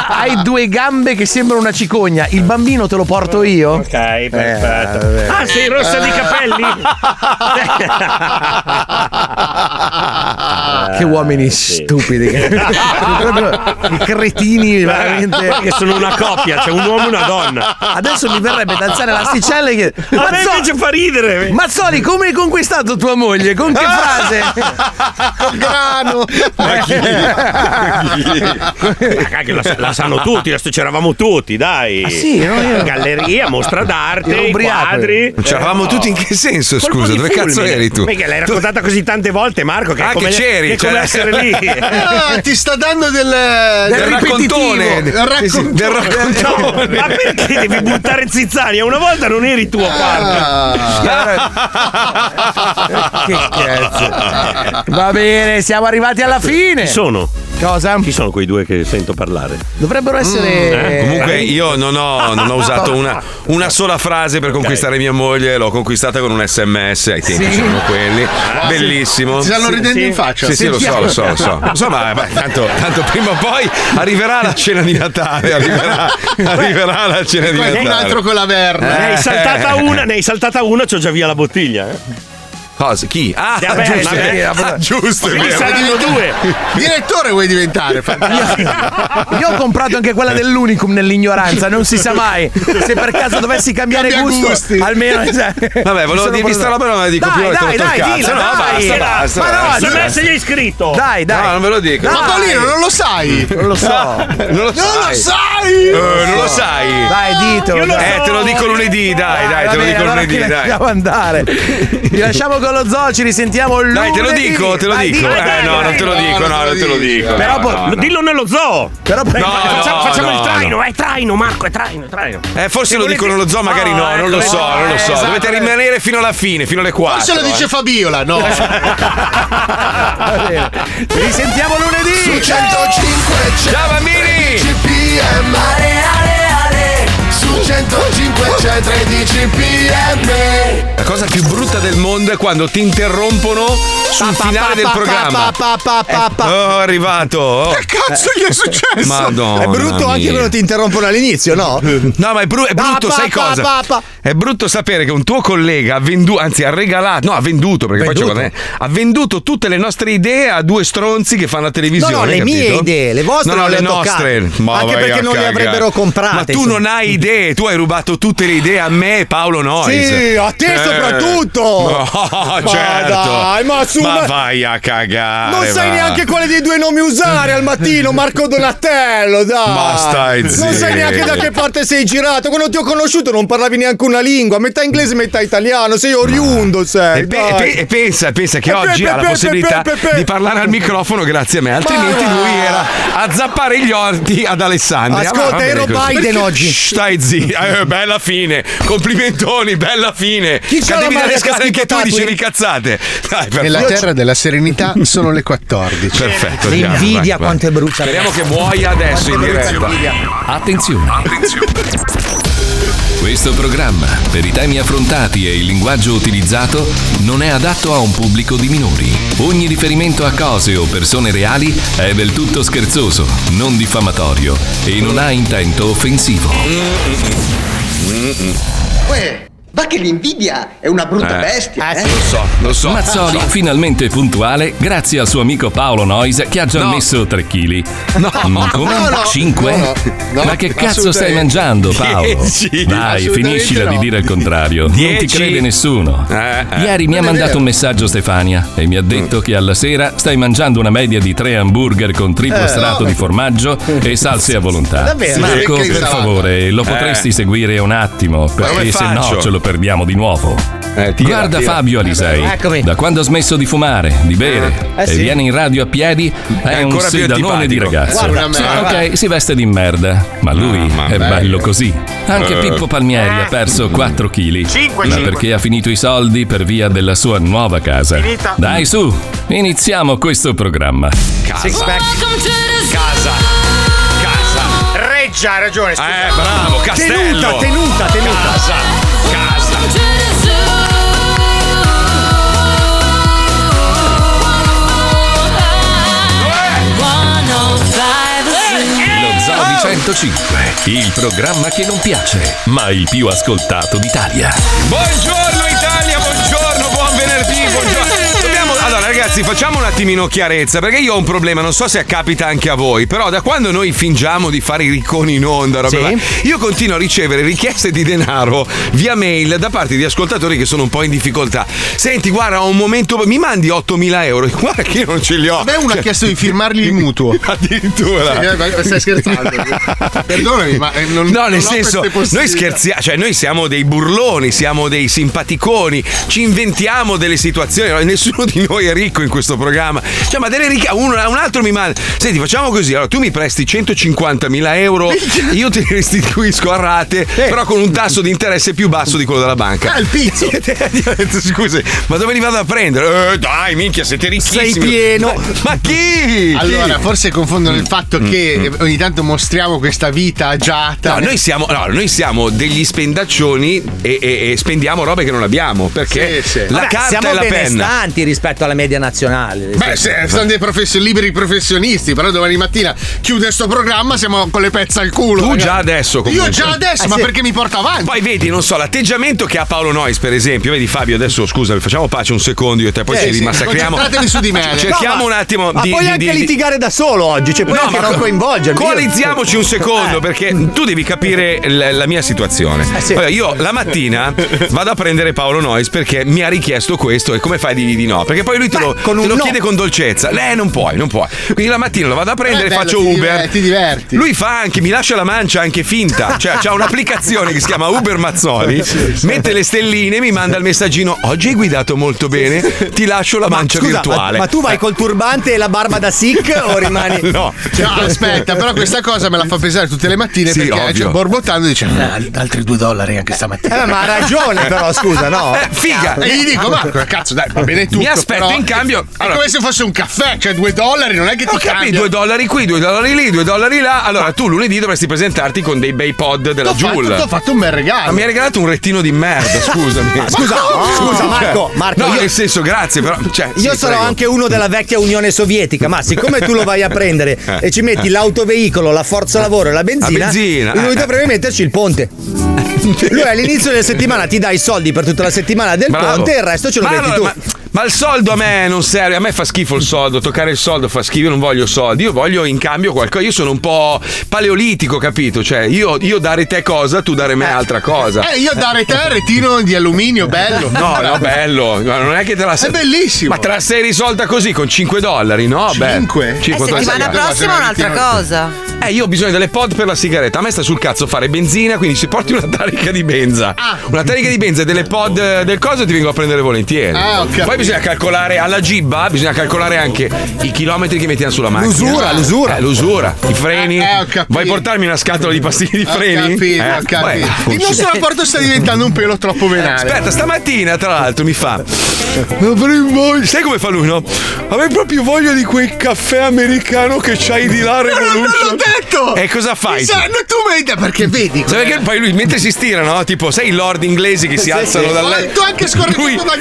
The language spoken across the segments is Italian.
Hai due gambe che sembrano una cicogna. Il bambino te lo porto io? Ok, perfetto. Sei rossa di capelli? Che uomini stupidi. I cretini veramente. Che sono una coppia, c'è un uomo e una donna. Adesso mi verrebbe da alzare l'asticella e chiedere: a me invece fa ridere. Mazzoli, come hai conquistato tua moglie? Con che frase? Con grano. La sanno tutti, adesso c'eravamo tutti, dai. Ah, sì, no, io... Galleria, mostra d'arte, i quadri. C'eravamo tutti in che senso, scusa? Dove cazzo eri tu? Mica l'hai raccontata così tante volte, Marco, che è come, che c'eri, che è come essere lì. Ti sta dando del raccontone. Del raccontone. Ma perché devi buttare zizzania? Una volta non eri tu a farlo. Che cazzo. Va bene, siamo arrivati alla fine. Chi sono? Cosa? Chi sono quei due che sento parlare? Dovrebbero essere. Comunque io non ho usato una sola frase per conquistare mia moglie. L'ho conquistata con un SMS. Ai tempi c'erano quelli. Bellissimo. Ti stanno ridendo in faccia. Sì, lo so. Insomma, tanto prima o poi arriverà la cena di Natale. Arriverà la cena di Natale. Un altro con la verna. Ne hai saltata una, c'ho già via la bottiglia. Cosa? Chi? Giusto. È vero. Saranno due. Direttore vuoi diventare? Io ho comprato anche quella dell'Unicum nell'ignoranza, non si sa mai. Se per caso dovessi cambiare gusto, almeno. Vabbè, volevo dirvi sta roba, non me la dico più. Dai, basta. Ma no, SMS gli hai iscritto. Dai. No, non ve lo dico. Ma Paolino, non lo sai. Non lo so. Non lo sai. Non lo sai. Dai, ditelo. Te lo dico lunedì, dai, te lo dico lunedì, dai. Lasciamo andare. Ti lasciamo con lo zoo, ci risentiamo lunedì. Dai, te lo dico. No, non te lo dico, non te lo dico. Però dillo nello zoo. Però facciamo il traino, è traino, Marco, è traino. Forse lo dico nello zoo, magari no, non lo so. Dovete rimanere fino alla fine, fino alle 4. Forse lo dice Fabiola, no. Ci risentiamo lunedì. Su 105 Ciao bambini. CPM. Su 105 c'è 13 PM. La cosa più brutta del mondo è quando ti interrompono sul finale del programma. Oh, è arrivato. Che cazzo gli è successo? Madonna è brutto anche quando ti interrompono all'inizio, no? No, ma è brutto, sai cosa? È brutto sapere che un tuo collega ha venduto, perché poi ha venduto tutte le nostre idee a due stronzi che fanno la televisione. No, le mie idee, le vostre non le nostre. Anche perché non le avrebbero comprate. Ma tu non hai idee, tu hai rubato tutte le idee a me e Paolo Noyes. Sì, a te soprattutto. No, certo. Dai, ma vai a cagare. Non sai neanche quale dei due nomi usare al mattino, Marco Donatello, dai. Ma stai zitto. Non sai neanche da che parte sei girato. Quando ti ho conosciuto non parlavi neanche una lingua, metà inglese, metà italiano, sei oriundo, sei. E pensa che oggi ha la possibilità di parlare al microfono grazie a me, altrimenti lui era a zappare gli orti ad Alessandria. Ascolta, ero Biden oggi. Stai zitto, bella fine, complimentoni, bella fine. Cadevi dalle scale anche tu, dicevi cazzate. Dai, nella terra della serenità sono le 14. Perfetto. L'invidia quanto è brutta. Speriamo che muoia adesso in diretta. Attenzione. Questo programma, per i temi affrontati e il linguaggio utilizzato, non è adatto a un pubblico di minori. Ogni riferimento a cose o persone reali è del tutto scherzoso, non diffamatorio e non ha intento offensivo. Ma che l'invidia è una brutta bestia, eh? Lo so. Mazzoli, finalmente puntuale, grazie al suo amico Paolo Noyes che ha già messo 3 kg. Come? 5? No, ma che cazzo stai mangiando, Paolo? 10. Dai, finiscila di dire il contrario. 10. Non ti crede nessuno. Ieri mi ha mandato un messaggio Stefania e mi ha detto che alla sera stai mangiando una media di 3 hamburger con triplo strato di formaggio e salse a volontà. Davvero? Marco, per favore, lo potresti seguire un attimo, perché se no ce lo perdiamo di nuovo. Guarda Fabio Alisei, Eccomi. da quando ha smesso di fumare, di bere e viene in radio a piedi, è un ancora più sedanone di ragazzo. Ok, si veste di merda, ma lui è bello così. Anche Pippo Palmieri ha perso 4 kg, ma perché ha finito i soldi per via della sua nuova casa. Dai su, iniziamo questo programma. Casa. Reggia, hai ragione. Bravo, Castello. Tenuta. Casa. Zoo 105, il programma che non piace, ma il più ascoltato d'Italia. Buongiorno Italia, buongiorno, buon venerdì, buongiorno. Allora ragazzi, facciamo un attimino chiarezza, perché io ho un problema, non so se capita anche a voi, però da quando noi fingiamo di fare i ricconi in onda, io continuo a ricevere richieste di denaro via mail da parte di ascoltatori che sono un po' in difficoltà. Senti, guarda, ho un momento, mi mandi 8.000 euro? Guarda che io non ce li ho. A me uno ha chiesto di firmargli il mutuo. Addirittura. Stai scherzando? Perdonami, ma no, nel senso, noi scherziamo, cioè noi siamo dei burloni, siamo dei simpaticoni, ci inventiamo delle situazioni, nessuno di noi è ricco in questo programma, cioè, ma delle ricche, un altro mi manda, senti, facciamo così, allora tu mi presti 150.000 euro, io te li restituisco a rate, però con un tasso di interesse più basso di quello della banca. Il pizzo. Scusi, ma dove li vado a prendere? Dai, minchia, siete ricchissimi. Sei pieno. Ma chi? Allora, forse confondono il fatto che ogni tanto mostriamo questa vita agiata. No, noi siamo degli spendaccioni e spendiamo robe che non abbiamo, perché la carta e la penna. Siamo benestanti rispetto alla media nazionale. Beh, sono dei liberi professionisti, però domani mattina chiude sto programma, siamo con le pezze al culo. Tu già adesso comunque. Io già adesso, ma perché mi porta avanti? Poi vedi, non so, l'atteggiamento che ha Paolo Noyes, per esempio. Vedi Fabio, adesso scusa, facciamo pace un secondo io e te, poi ci rimassacriamo. Concentratevi su di me. Cerchiamo un attimo ma puoi anche litigare da solo oggi, cioè puoi anche non coinvolgermi. Coalizziamoci un secondo, perché tu devi capire la mia situazione. Allora, io la mattina vado a prendere Paolo Noyes perché mi ha richiesto questo, e come fai di no? Perché poi lui te lo chiede con dolcezza. Non puoi. Quindi la mattina lo vado a prendere, faccio Uber. Ti diverti. Lui fa anche, mi lascia la mancia anche finta. Cioè, c'ha un'applicazione che si chiama Uber Mazzoli, mette le stelline, mi manda il messaggino: oggi hai guidato molto bene, ti lascio la mancia virtuale. Ma tu vai col turbante e la barba da Sikh o rimani? No, aspetta, però questa cosa me la fa pesare tutte le mattine, perché borbottando dice altri $2 anche stamattina. Ma ha ragione, però scusa, no? Figa. E gli dico, Marco, cazzo, dai, va bene tutto. Mi aspetto, però in cambio. È come se fosse un caffè, cioè $2, non è che ti cambia. $2 qui, $2 lì, $2 là. Allora tu lunedì dovresti presentarti con dei bei pod della Joule. Ti ho fatto un bel regalo. Ma mi hai regalato un rettino di merda, scusami. Scusa, Marco. No, nel senso, grazie, però. Io sarò anche uno della vecchia Unione Sovietica, ma siccome tu lo vai a prendere e ci metti l'autoveicolo, la forza lavoro e la benzina, lui dovrebbe metterci il ponte. Lui all'inizio della settimana ti dà i soldi per tutta la settimana del ponte e il resto ce lo metti tu. Ma il soldo a me non serve, a me fa schifo il soldo, toccare il soldo fa schifo, io non voglio soldi, io voglio in cambio qualcosa, io sono un po' paleolitico, capito? Cioè io dare te cosa, tu dare me altra cosa. Io dare te il retino di alluminio bello. No, bello, non è che te la sei. È bellissimo. Ma te la sei risolta così con $5, no? 5? Settimana prossima un'altra cosa. Io ho bisogno delle pod per la sigaretta. A me sta sul cazzo fare benzina, quindi se porti una tarica di benza, una tarica di benza e delle pod del coso ti vengo a prendere volentieri. Poi bisogna calcolare alla gibba, bisogna calcolare anche i chilometri che mettiamo sulla macchina. L'usura, i freni. Vuoi portarmi una scatola di pastiglie di freni? Ho capito. Il nostro rapporto sta diventando un pelo troppo venale. Aspetta, stamattina tra l'altro mi fa: sai come fa lui, no? Avevo proprio voglia di quel caffè americano che c'hai di là, Revolution. Non l'ho detto! E cosa fai? Tu mi dai, perché vedi? Sai perché poi lui mentre si stira, no? Tipo, sai i lord inglesi che si alzano dal letto. Tu anche scorreggiato da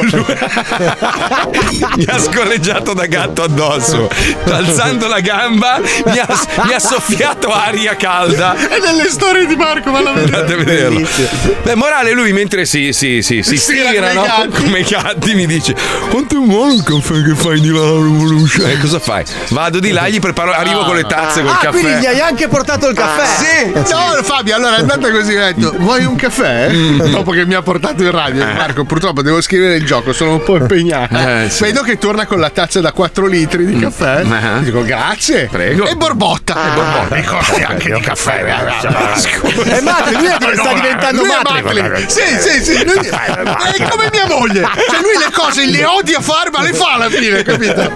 gatto. Mi ha scorreggiato da gatto addosso. Alzando la gamba mi ha soffiato aria calda. E nelle storie di Marco, vanno a vedere. Andate a vederlo. Beh, morale, lui mentre si stira, no? Come i gatti mi dice: quanto è buono il caffè che fai di là, Revolution? E cosa fai? Vado di là, gli preparo, arrivo con le tazze col caffè. Quindi gli hai anche portato il caffè? Sì. No, Fabio, allora è andata così, ho detto: vuoi un caffè? Dopo che mi ha portato in radio, Marco, purtroppo devo scrivere il gioco, sono un po' impegnato. Vedo che torna con la tazza da 4 litri di caffè. Dico grazie, prego. E borbotta. Mi costi anche di caffè. È Matri, lui sta diventando Matri. Sì. È come mia moglie. Cioè lui le cose le odia fare, ma le fa alla fine, capito?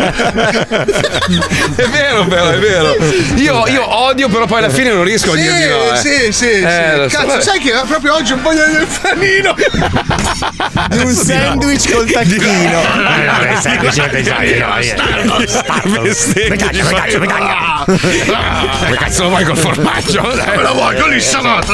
È vero, però, è vero. Io odio, però poi alla fine non riesco a dire di no. Sì. Cazzo, sai che proprio oggi un po' del panino. Di un sandwich col tacchino. Pino. Che cazzo lo vuoi col formaggio? Me lo vuoi con l'insalata?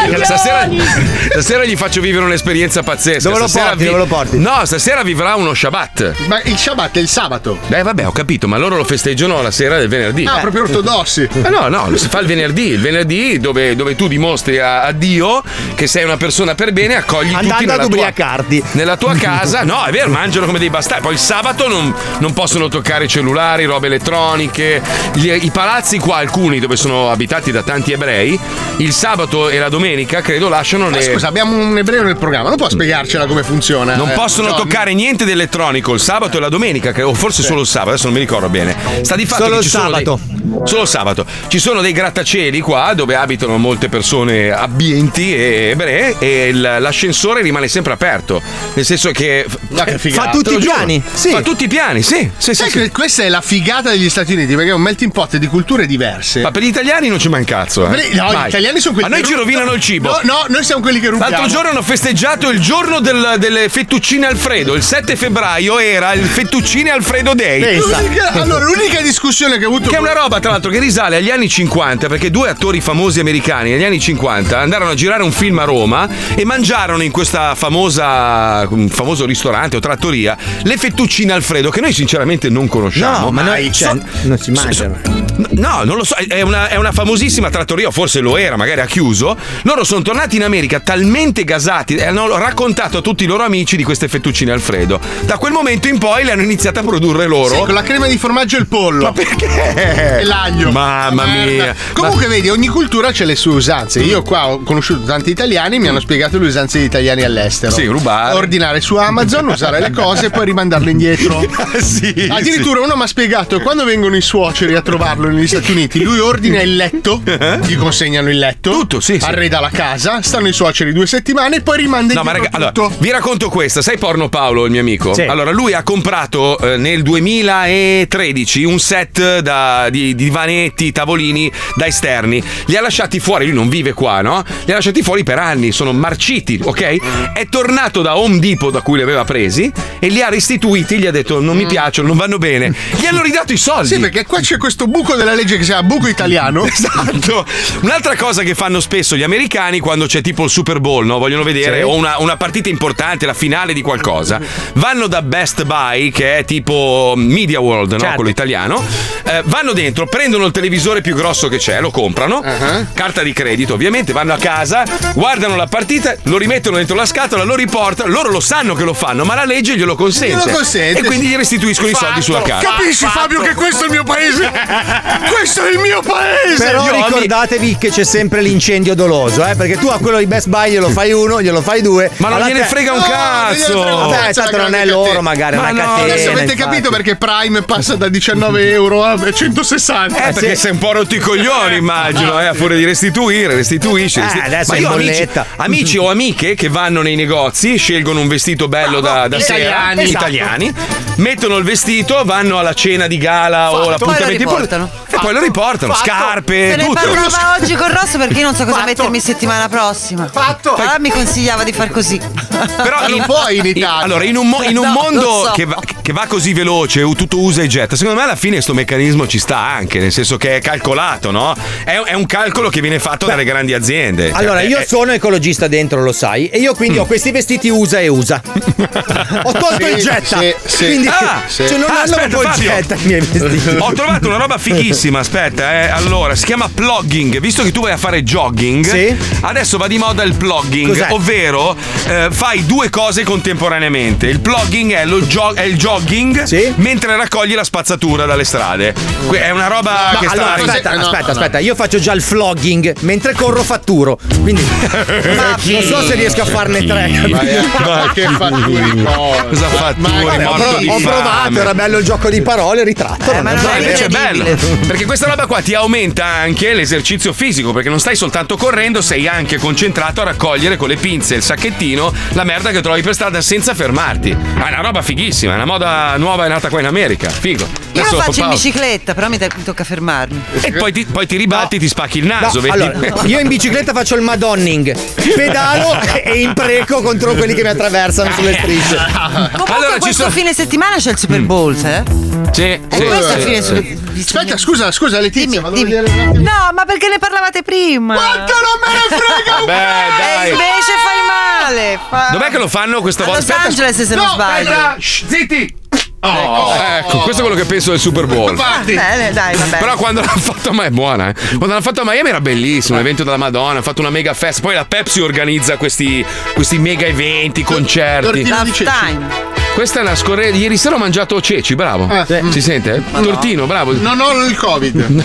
Stasera gli faccio vivere un'esperienza pazzesca. Dove lo porti? No, stasera vivrà uno Shabbat. Ma il Shabbat è il sabato. Vabbè, ho capito, ma loro lo festeggiano la sera del venerdì. Ah, proprio ortodossi. No, lo si fa il venerdì dove tu dimostri a Dio che sei una persona per bene, accogli tutti nella tua casa. No, è vero, mangiano come dei bastardi. Poi il sabato non possono toccare cellulari, robe elettroniche. I palazzi qua, alcuni dove sono abitati da tanti ebrei, il sabato e la domenica credo lasciano Scusa, abbiamo un ebreo nel programma, non può spiegarcela come funziona? Non possono toccare niente di elettronico il sabato e la domenica, o forse solo il sabato, adesso non mi ricordo bene. Sta di fatto solo che il sabato. Solo sabato. Ci sono dei grattacieli qua dove abitano molte persone abbienti e ebree e l'ascensore rimane sempre aperto. Nel senso che fa tutti i piani. Sì. Fa tutti i piani, sì. Che questa è la figata degli Stati Uniti, perché è un melting pot di culture diverse. Ma per gli italiani non c'è mai un cazzo. No, gli italiani sono quelli a noi ci rovinano il cibo. No, noi siamo quelli che rubiamo. L'altro giorno hanno festeggiato il giorno delle fettuccine Alfredo. Il 7 febbraio era il fettuccine Alfredo Day. L'unica discussione che ho avuto. Che è una roba, tra l'altro, che risale agli anni 50, perché due attori famosi americani negli anni 50 andarono a girare un film a Roma e mangiarono in questa un famoso ristorante o trattoria le fettuccine Alfredo, che noi sinceramente non conosciamo. No, ma noi non si mangiano. No, non lo so, è una famosissima trattoria, o forse lo era, magari ha chiuso. Loro sono tornati in America talmente gasati e hanno raccontato a tutti i loro amici di queste fettuccine Alfredo. Da quel momento in poi le hanno iniziate a produrre loro. Sì, con la crema di formaggio e il pollo. Ma perché? E l'aglio. Mamma mia. Comunque vedi, ogni cultura ha le sue usanze. Io qua ho conosciuto tanti italiani, mi hanno spiegato le usanze degli italiani all'estero. Sì, rubare. Ordinare su Amazon, usare le cose e poi rimandarle indietro. Sì. Addirittura uno mi ha spiegato che quando vengono i suoceri a trovarlo negli Stati Uniti, lui ordina il letto, gli consegnano il letto, tutto, sì. Arreda la casa, stanno i suoceri 2 settimane e poi rimanda No, ma tutto. allora, vi racconto questa. Sai Porno Paolo, il mio amico? Sì. Allora, lui ha comprato nel 2013 un set di divanetti, tavolini da esterni. Li ha lasciati fuori, lui non vive qua, no? Li ha lasciati fuori per anni, sono marciti, ok? È tornato da Home Depot, da cui li aveva presi, e li ha restituiti. Gli ha detto: non mi piacciono, non vanno bene. Gli hanno ridato i soldi. Sì, perché qua c'è questo buco della legge che si chiama buco italiano. Esatto. Un'altra cosa che fanno spesso gli americani quando c'è tipo il Super Bowl, no? Vogliono vedere o una partita importante, la finale di qualcosa, vanno da Best Buy, che è tipo Media World, no? Certo. Quello italiano. Vanno dentro, prendono il televisore più grosso che c'è, lo comprano, carta di credito ovviamente, vanno a casa, guardano la partita, lo rimettono dentro la scatola, lo riportano, loro lo sanno che lo fanno, ma la legge glielo consente. E quindi gli restituiscono i soldi sulla carta. Capisci, Fabio, che questo è il mio paese? Questo è il mio paese! Però ricordatevi che c'è sempre l'incendio doloso, perché tu a quello di Best Buy glielo fai uno, glielo fai due, ma non gliene frega un cazzo. Vabbè, tanto non è loro, magari una catena. Adesso avete capito perché Prime passa da 19 euro a 160. Perché sei un po' rotto i coglioni, immagino, a furia di restituisci. Adesso ma io è bolletta. amici o amiche che vanno nei negozi, scelgono un vestito bello da sera, italiani, mettono il vestito, vanno alla cena di gala o l'appuntamento importante e poi lo riportano, scarpe, Se ne tutto. parlava oggi con Rosso perché io non so cosa mettermi settimana prossima. Fatto. Mi consigliava di far così. Però non puoi in Italia. Allora, in un mondo che va così veloce, tutto usa e getta, secondo me alla fine sto meccanismo ci sta anche, nel senso che è calcolato, no? È un calcolo che viene fatto dalle grandi aziende. Allora, io sono ecologista dentro, lo sai, e io quindi ho questi vestiti usa e usa. Ho tolto il getta. Quindi non hanno proprio il getta i miei vestiti. Ho trovato una roba fighissima, aspetta, allora, si chiama plugging. Visto che tu vai a fare jogging, adesso va di moda il plugging. Cos'è? Ovvero fai due cose contemporaneamente. Il plugging è il jogging mentre raccogli la spazzatura dalle strade. È una roba che sta... Aspetta, io faccio già il flogging mentre corro fatturo. Quindi non so se riesco a farne 3. Ma che fatturi? Cosa fatturi? Ho provato, era bello il gioco di parole, ritratto. Ma non è invece è bello, perché perché questa roba qua ti aumenta anche l'esercizio fisico, perché non stai soltanto correndo, sei anche concentrato a raccogliere con le pinze e il sacchettino la merda che trovi per strada senza fermarti. È una roba fighissima, è una moda nuova, è nata qua in America. Figo. Io lo faccio in bicicletta, però mi tocca fermarmi. E poi ti ribatti, ti spacchi il naso. Vedi? Allora, io in bicicletta faccio il madonning, pedalo e impreco contro quelli che mi attraversano sulle strisce. Comunque allora, questo fine settimana c'è il Super Bowl, Sì. Aspetta, scusa Letizia, dimmi. No, ma perché ne parlavate prima? Quanto non me ne frega un dai. E invece fai male. Dov'è che lo fanno questa volta? Los Angeles, se non sbaglio. Zitti! Ecco, questo è quello che penso del Super Bowl. Bene, dai, vabbè. Però quando l'hanno fatto è buona, eh. Quando l'hanno fatto a Miami era bellissimo, un evento della Madonna, hanno fatto una mega festa. Poi la Pepsi organizza questi mega eventi, concerti. Questa è una scorretta. Ieri sera ho mangiato ceci, bravo. Si sente? Tortino, bravo. Non ho il Covid.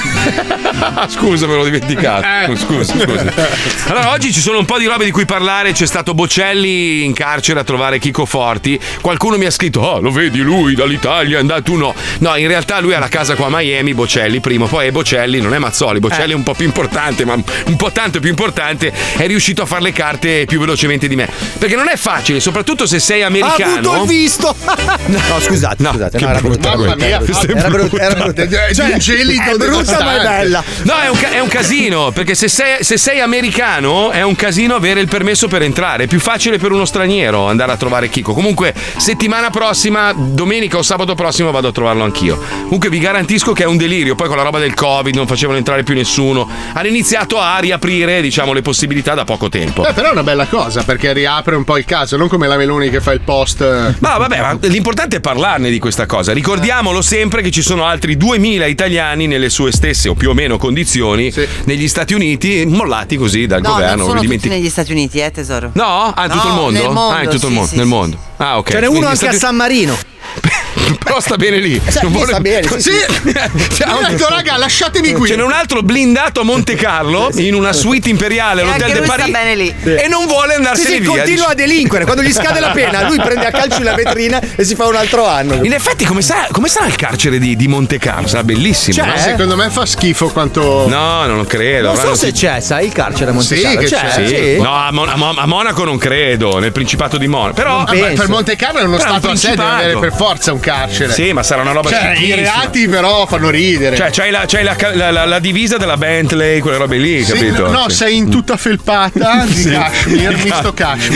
Scusa, me l'ho dimenticato. Scusa. Allora, oggi ci sono un po' di robe di cui parlare. C'è stato Bocelli in carcere a trovare Chico Forti. Qualcuno mi ha scritto: lo vedi lui dall'Italia è andato uno. No, in realtà lui ha la casa qua a Miami, Bocelli primo, poi è Bocelli, non è Mazzoli. Bocelli è un po' più importante, ma un po' tanto più importante. È riuscito a fare le carte più velocemente di me. Perché non è facile, soprattutto se sei americano. Ha avuto il visto. No, scusate. No, era brutta. Mamma mia, Era brutta. Cioè, è brutta ma è bella. No, è un casino, perché se sei americano è un casino avere il permesso per entrare. È più facile per uno straniero andare a trovare Chico. Comunque, settimana prossima, domenica o sabato prossimo vado a trovarlo anch'io. Comunque vi garantisco che è un delirio. Poi con la roba del Covid non facevano entrare più nessuno. Hanno iniziato a riaprire, diciamo, le possibilità da poco tempo. Però è una bella cosa, perché riapre un po' il caso, non come la Meloni che fa il post. No, vabbè, ma l'importante è parlarne di questa cosa. Ricordiamolo sempre che ci sono altri 2000 italiani nelle sue stesse o più o meno condizioni negli Stati Uniti, mollati così dal governo. Non sono tutti negli Stati Uniti, tesoro. No? In tutto il mondo? Nel mondo, in tutto il mondo. Sì. Nel mondo. Ah, ok. Ce n'è uno anche a San Marino. Però sta bene lì. Sta bene. Sì. Ho detto, raga, lasciatemi qui. Ce n'è un altro blindato a Monte Carlo in una suite imperiale all'Hotel de Paris. Sta bene lì. E non vuole andarsene via. Continua a delinquere. Quando gli scade la pena, lui prende a calci la vetrina e si fa un altro anno. In effetti, come sarà il carcere di Monte Carlo? Sarà bellissimo. Cioè, secondo me fa schifo quanto. No, non lo credo. Non so se c'è, sai, il carcere a Monte Carlo. Che c'è. Sì. No, a Monaco non credo, nel Principato di Monaco. Però per Monte Carlo è uno stato a sé, deve avere per forza un carcere. Sì, ma sarà una roba i reati però fanno ridere. Cioè, c'hai la divisa della Bentley, quelle robe lì, capito? No, sei in tutta felpata di Kashmir, misto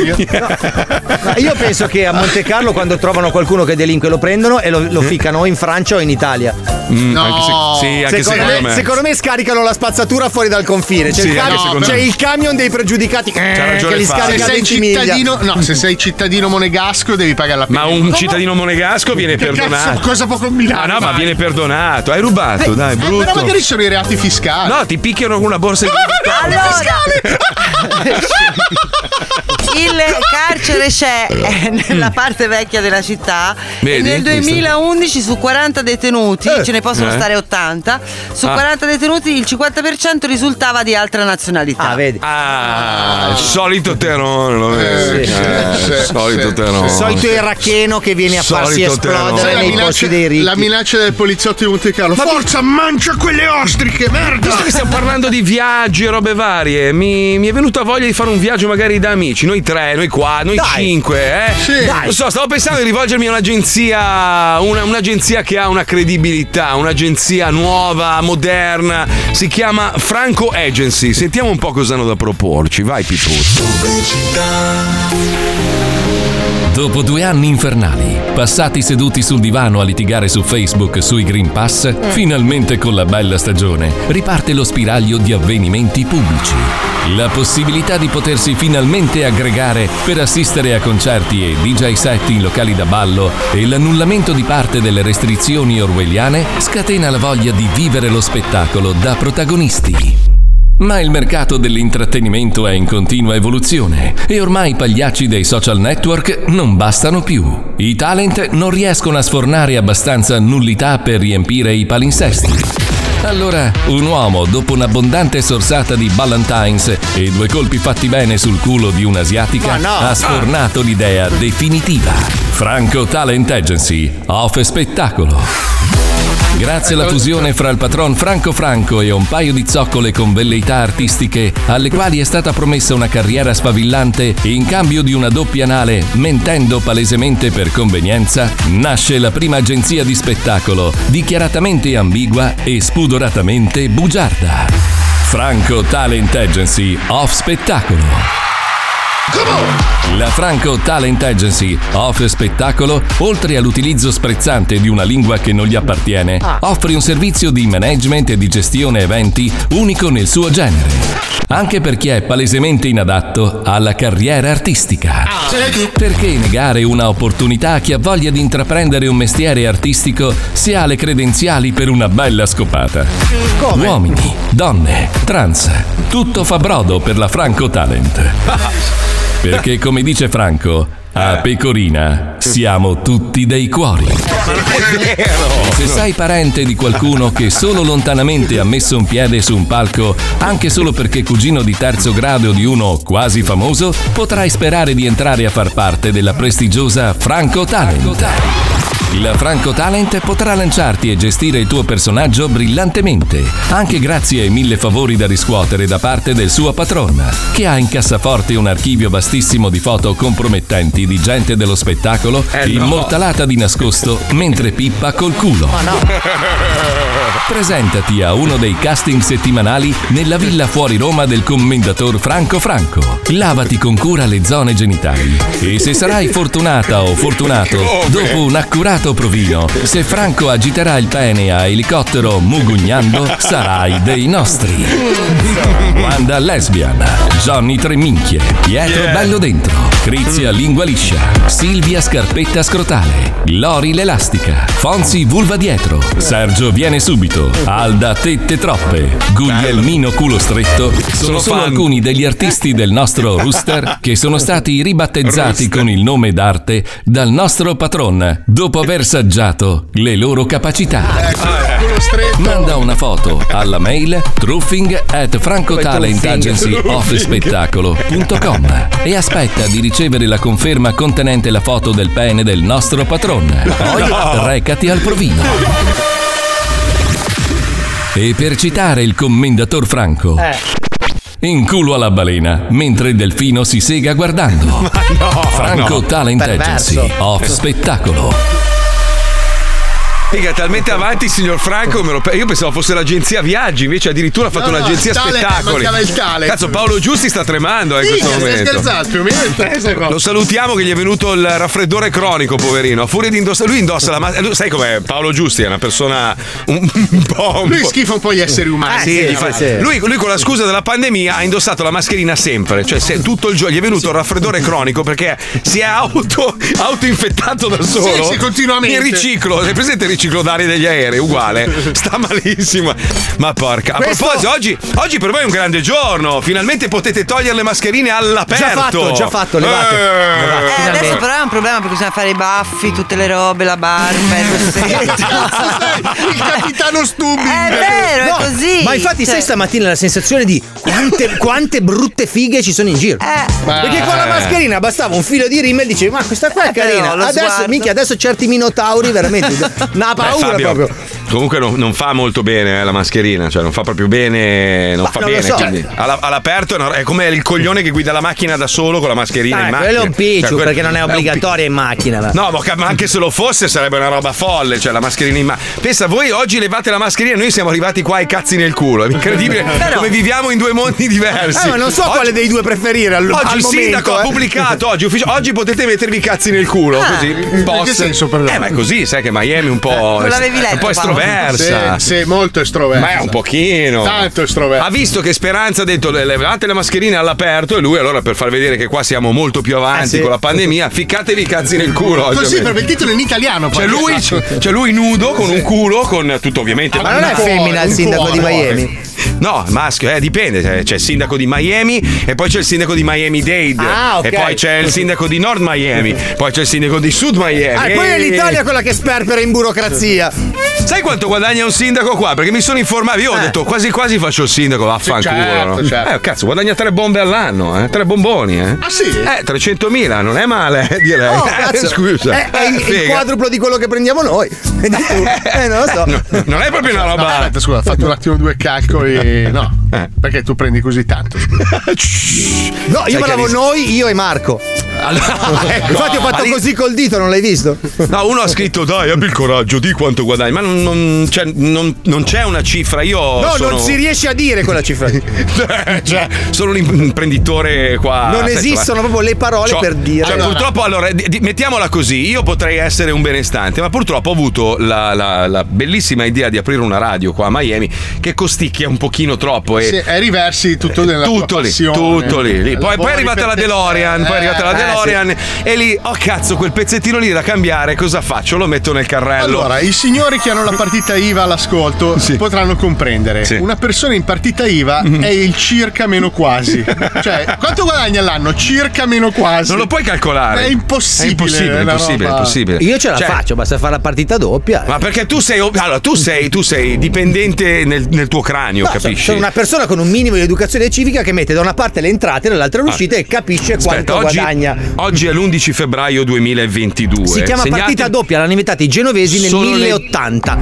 Kashmir. Io penso che a Monte Carlo quando trovano qualcuno che delinque lo prendono e lo ficcano o in Francia o in Italia. No, anche secondo me scaricano la spazzatura fuori dal confine. C'è il camion dei pregiudicati che li scarica a 20 miglia. No, se sei cittadino monegasco devi pagare la pena. Ma un cittadino monegasco viene perdonato. Cosa può combinare? No, ma viene perdonato. Hai rubato, dai, brutto. Però magari sono i reati fiscali. No, ti picchiano con una borsa di Il carcere c'è nella parte vecchia della città. Vedi? E nel 2011 su 40 detenuti, ce ne possono stare 80, su 40 detenuti il 50% risultava di altra nazionalità. Vedi? Il solito terrone, lo vedi? Solito terrone. Il solito iracheno che viene a farsi esplodere nei posti dei ricchi. La minaccia del poliziotto di Monte Carlo. Forza, mangia quelle ostriche, merda! Visto che stiamo parlando di viaggi e robe varie, mi è venuta voglia di fare un viaggio magari da amici. Noi 3, noi 4, noi 5, Sì. Lo so, stavo pensando di rivolgermi a un'agenzia che ha una credibilità, un'agenzia nuova, moderna. Si chiama Franco Agency. Sentiamo un po' cosa hanno da proporci. Vai, Pipuzzo. Dopo 2 anni infernali, passati seduti sul divano a litigare su Facebook sui Green Pass, finalmente con la bella stagione riparte lo spiraglio di avvenimenti pubblici. La possibilità di potersi finalmente aggregare per assistere a concerti e DJ set in locali da ballo e l'annullamento di parte delle restrizioni orwelliane scatena la voglia di vivere lo spettacolo da protagonisti. Ma il mercato dell'intrattenimento è in continua evoluzione e ormai i pagliacci dei social network non bastano più. I talent non riescono a sfornare abbastanza nullità per riempire i palinsesti. Allora, un uomo, dopo un'abbondante sorsata di Ballantines e 2 colpi fatti bene sul culo di un'asiatica, ha sfornato l'idea definitiva. Franco Talent Agency offre spettacolo. Grazie alla fusione fra il patron Franco Franco e un paio di zoccole con velleità artistiche, alle quali è stata promessa una carriera sfavillante in cambio di una doppia anale, mentendo palesemente per convenienza, nasce la prima agenzia di spettacolo, dichiaratamente ambigua e spudoratamente bugiarda. Franco Talent Agency of Spettacolo. La Franco Talent Agency of Spettacolo, oltre all'utilizzo sprezzante di una lingua che non gli appartiene, offre un servizio di management e di gestione eventi unico nel suo genere, anche per chi è palesemente inadatto alla carriera artistica. Perché negare una opportunità a chi ha voglia di intraprendere un mestiere artistico se ha le credenziali per una bella scopata? Come? Uomini, donne, trans, tutto fa brodo per la Franco Talent. Perché, come dice Franco, a Pecorina siamo tutti dei cuori. E se sei parente di qualcuno che solo lontanamente ha messo un piede su un palco, anche solo perché cugino di terzo grado di uno quasi famoso, potrai sperare di entrare a far parte della prestigiosa Franco Talent. La Franco Talent potrà lanciarti e gestire il tuo personaggio brillantemente, anche grazie ai 1000 favori da riscuotere da parte del suo patron, che ha in cassaforte un archivio vastissimo di foto compromettenti di gente dello spettacolo immortalata di nascosto mentre pippa col culo. Presentati a uno dei casting settimanali nella villa fuori Roma del commendator Franco Franco. Lavati con cura le zone genitali e se sarai fortunata o fortunato, dopo un accurato provino, se Franco agiterà il pene a elicottero mugugnando, sarai dei nostri. Wanda Lesbian, Johnny Treminchie, Pietro Bello Dentro, Crizia Lingua Liscia, Silvia Scarpetta Scrotale, Lori l'Elastica, Fonzi Vulva Dietro, Sergio Viene Subito, Alda Tette Troppe, Guglielmino Culo Stretto sono solo alcuni degli artisti del nostro rooster che sono stati ribattezzati con il nome d'arte dal nostro patron dopo aver saggiato le loro capacità. Manda una foto alla mail truffing@francotalentagencyofspettacolo.com e aspetta di ricevere la conferma contenente la foto del pene del nostro patron. Poi recati al provino. E per citare il commendator Franco, in culo alla balena mentre il delfino si sega guardando. Franco Talent Agency of Spettacolo. Figa, talmente avanti, signor Franco, io pensavo fosse l'agenzia viaggi, invece addirittura ha fatto un'agenzia spettacoli. Cazzo, Paolo Giusti sta tremando in questo momento. Lo salutiamo che gli è venuto il raffreddore cronico, poverino. A furia di indossare, lui indossa la maschera. Sai com'è? Paolo Giusti è una persona un po'. Lui schifa un po' gli esseri umani. Sì. Lui con la scusa della pandemia ha indossato la mascherina sempre, cioè tutto il giorno gli è venuto il raffreddore cronico perché si è autoinfettato da solo. Sì, continuamente. Il riciclo, hai presente il riciclo d'aria degli aerei? Uguale, sta malissimo. Ma porca. A proposito, oggi per voi è un grande giorno. Finalmente potete togliere le mascherine all'aperto. Già fatto, levate. Adesso però è un problema perché bisogna fare i baffi, tutte le robe, la barba, il il capitano Stubbi. È vero, è così. Ma infatti sai stamattina la sensazione di quante brutte fighe ci sono in giro. Perché con la mascherina bastava un filo di rimel e dicevi ma questa qua è carina. Adesso certi minotauri veramente una paura Fabio, proprio. Comunque non fa molto bene la mascherina, cioè non fa proprio bene, non fa bene. So. Quindi, all'aperto è come il coglione che guida la macchina da solo con la mascherina in macchina. Quello è un picciu, perché non è obbligatoria in macchina. No, ma anche se lo fosse sarebbe una roba folle, cioè la mascherina in macchina. Pensa, voi oggi levate la mascherina, noi siamo arrivati qua ai cazzi nel culo. È incredibile come viviamo in due mondi diversi. Ma non so quale dei due preferire oggi il sindaco ha pubblicato oggi potete mettervi i cazzi nel culo, così. In che senso per ma è così, sai che Miami è un po'. Non l'avevi letto, un po' estroversa. Sì, molto estroversa. Ma è un pochino. Tanto estroversa. Ha visto che Speranza ha detto levate le mascherine all'aperto e lui allora per far vedere che qua siamo molto più avanti con la pandemia, ficcatevi i cazzi nel culo. Così per il titolo in italiano. C'è lui nudo con un culo con tutto ovviamente. Ma non è femmina il sindaco di Miami? No, maschio, dipende. C'è il sindaco di Miami e poi c'è il sindaco di Miami-Dade. Okay. E poi c'è il sindaco di Nord Miami. Poi c'è il sindaco di Sud Miami. E poi è l'Italia quella che sperpera in burocrazia. Sai quanto guadagna un sindaco qua? Perché mi sono informato, io ho detto quasi quasi faccio il sindaco, vaffanculo. Certo, no? certo. Cazzo, guadagna 3 bombe all'anno, 3 bomboni. Ah sì? 300.000, non è male, direi. Oh, cazzo. Scusa. È il quadruplo di quello che prendiamo noi. Non lo so. Non è proprio una roba. No, aspetta, scusa, ho fatto un attimo 2 calcoli. No, perché tu prendi così tanto? No, io parlavo noi, io e Marco. Infatti ho fatto così col dito, non l'hai visto? No, uno ha scritto dai, abbi il coraggio, di quanto guadagni, ma non c'è una cifra. Io non si riesce a dire quella cifra. Cioè, sono un imprenditore qua. Non esistono proprio le parole per dire. Cioè, purtroppo, allora, mettiamola così, io potrei essere un benestante, ma purtroppo ho avuto la bellissima idea di aprire una radio qua a Miami che costicchia un pochino troppo. E riversi tutto nella tutto lì. Poi è arrivata la DeLorean, e lì, oh cazzo, quel pezzettino lì da cambiare, cosa faccio? Lo metto nel carrello. Allora, i signori che hanno la partita IVA all'ascolto potranno comprendere. Una persona in partita IVA è il circa meno quasi. Cioè, quanto guadagna all'anno? Circa meno quasi. Non lo puoi calcolare. È impossibile. È impossibile. Io ce la faccio, basta fare la partita doppia. Ma perché tu sei dipendente nel tuo cranio, capisci? Sono una persona con un minimo di educazione civica che mette da una parte le entrate e dall'altra le uscite e capisce quanto guadagna. Oggi è l'11 febbraio 2022. Si chiama partita doppia, l'hanno inventata i genovesi nel 1080.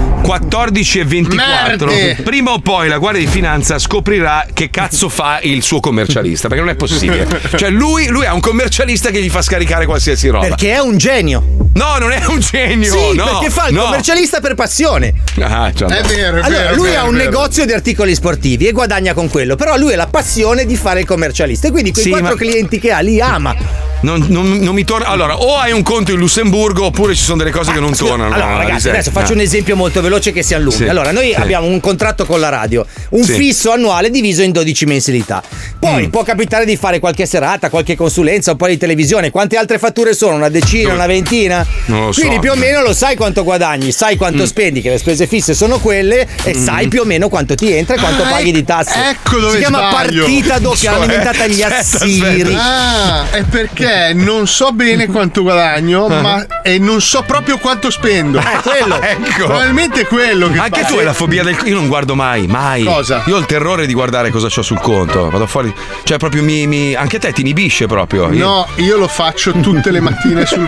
14:24. Prima o poi la Guardia di Finanza scoprirà che cazzo fa il suo commercialista, perché non è possibile. Cioè lui ha un commercialista che gli fa scaricare qualsiasi roba. Perché è un genio. No, non è un genio. Sì, no, perché fa il commercialista per passione. È vero. Allora, lui ha un negozio di articoli sportivi e guadagna con quello, però lui ha la passione di fare il commercialista e quindi quei 4 clienti che ha li ama. Non mi torna. Allora, o hai un conto in Lussemburgo oppure ci sono delle cose che non tornano. Allora, ragazzi, adesso faccio un esempio molto veloce che si allunga. Sì. Allora, noi abbiamo un contratto con la radio, un fisso annuale diviso in 12 mensilità. Poi può capitare di fare qualche serata, qualche consulenza, un po' di televisione. Quante altre fatture sono? Una decina, una ventina? Non lo so. Quindi più o meno lo sai quanto guadagni, sai quanto spendi, che le spese fisse sono quelle, e sai più o meno quanto ti entra e quanto paghi di tasse. Ecco dove si chiama sbaglio. Partita doppia, l'hanno inventata gli assiri. È perché non so bene quanto guadagno, e non so proprio quanto spendo. Quello. Ecco. Probabilmente quello che Anche tu hai la fobia del. Io non guardo mai. Cosa? Io ho il terrore di guardare cosa c'ho sul conto. Vado fuori. Cioè, proprio anche te ti inibisce proprio. No, io lo faccio tutte le mattine sul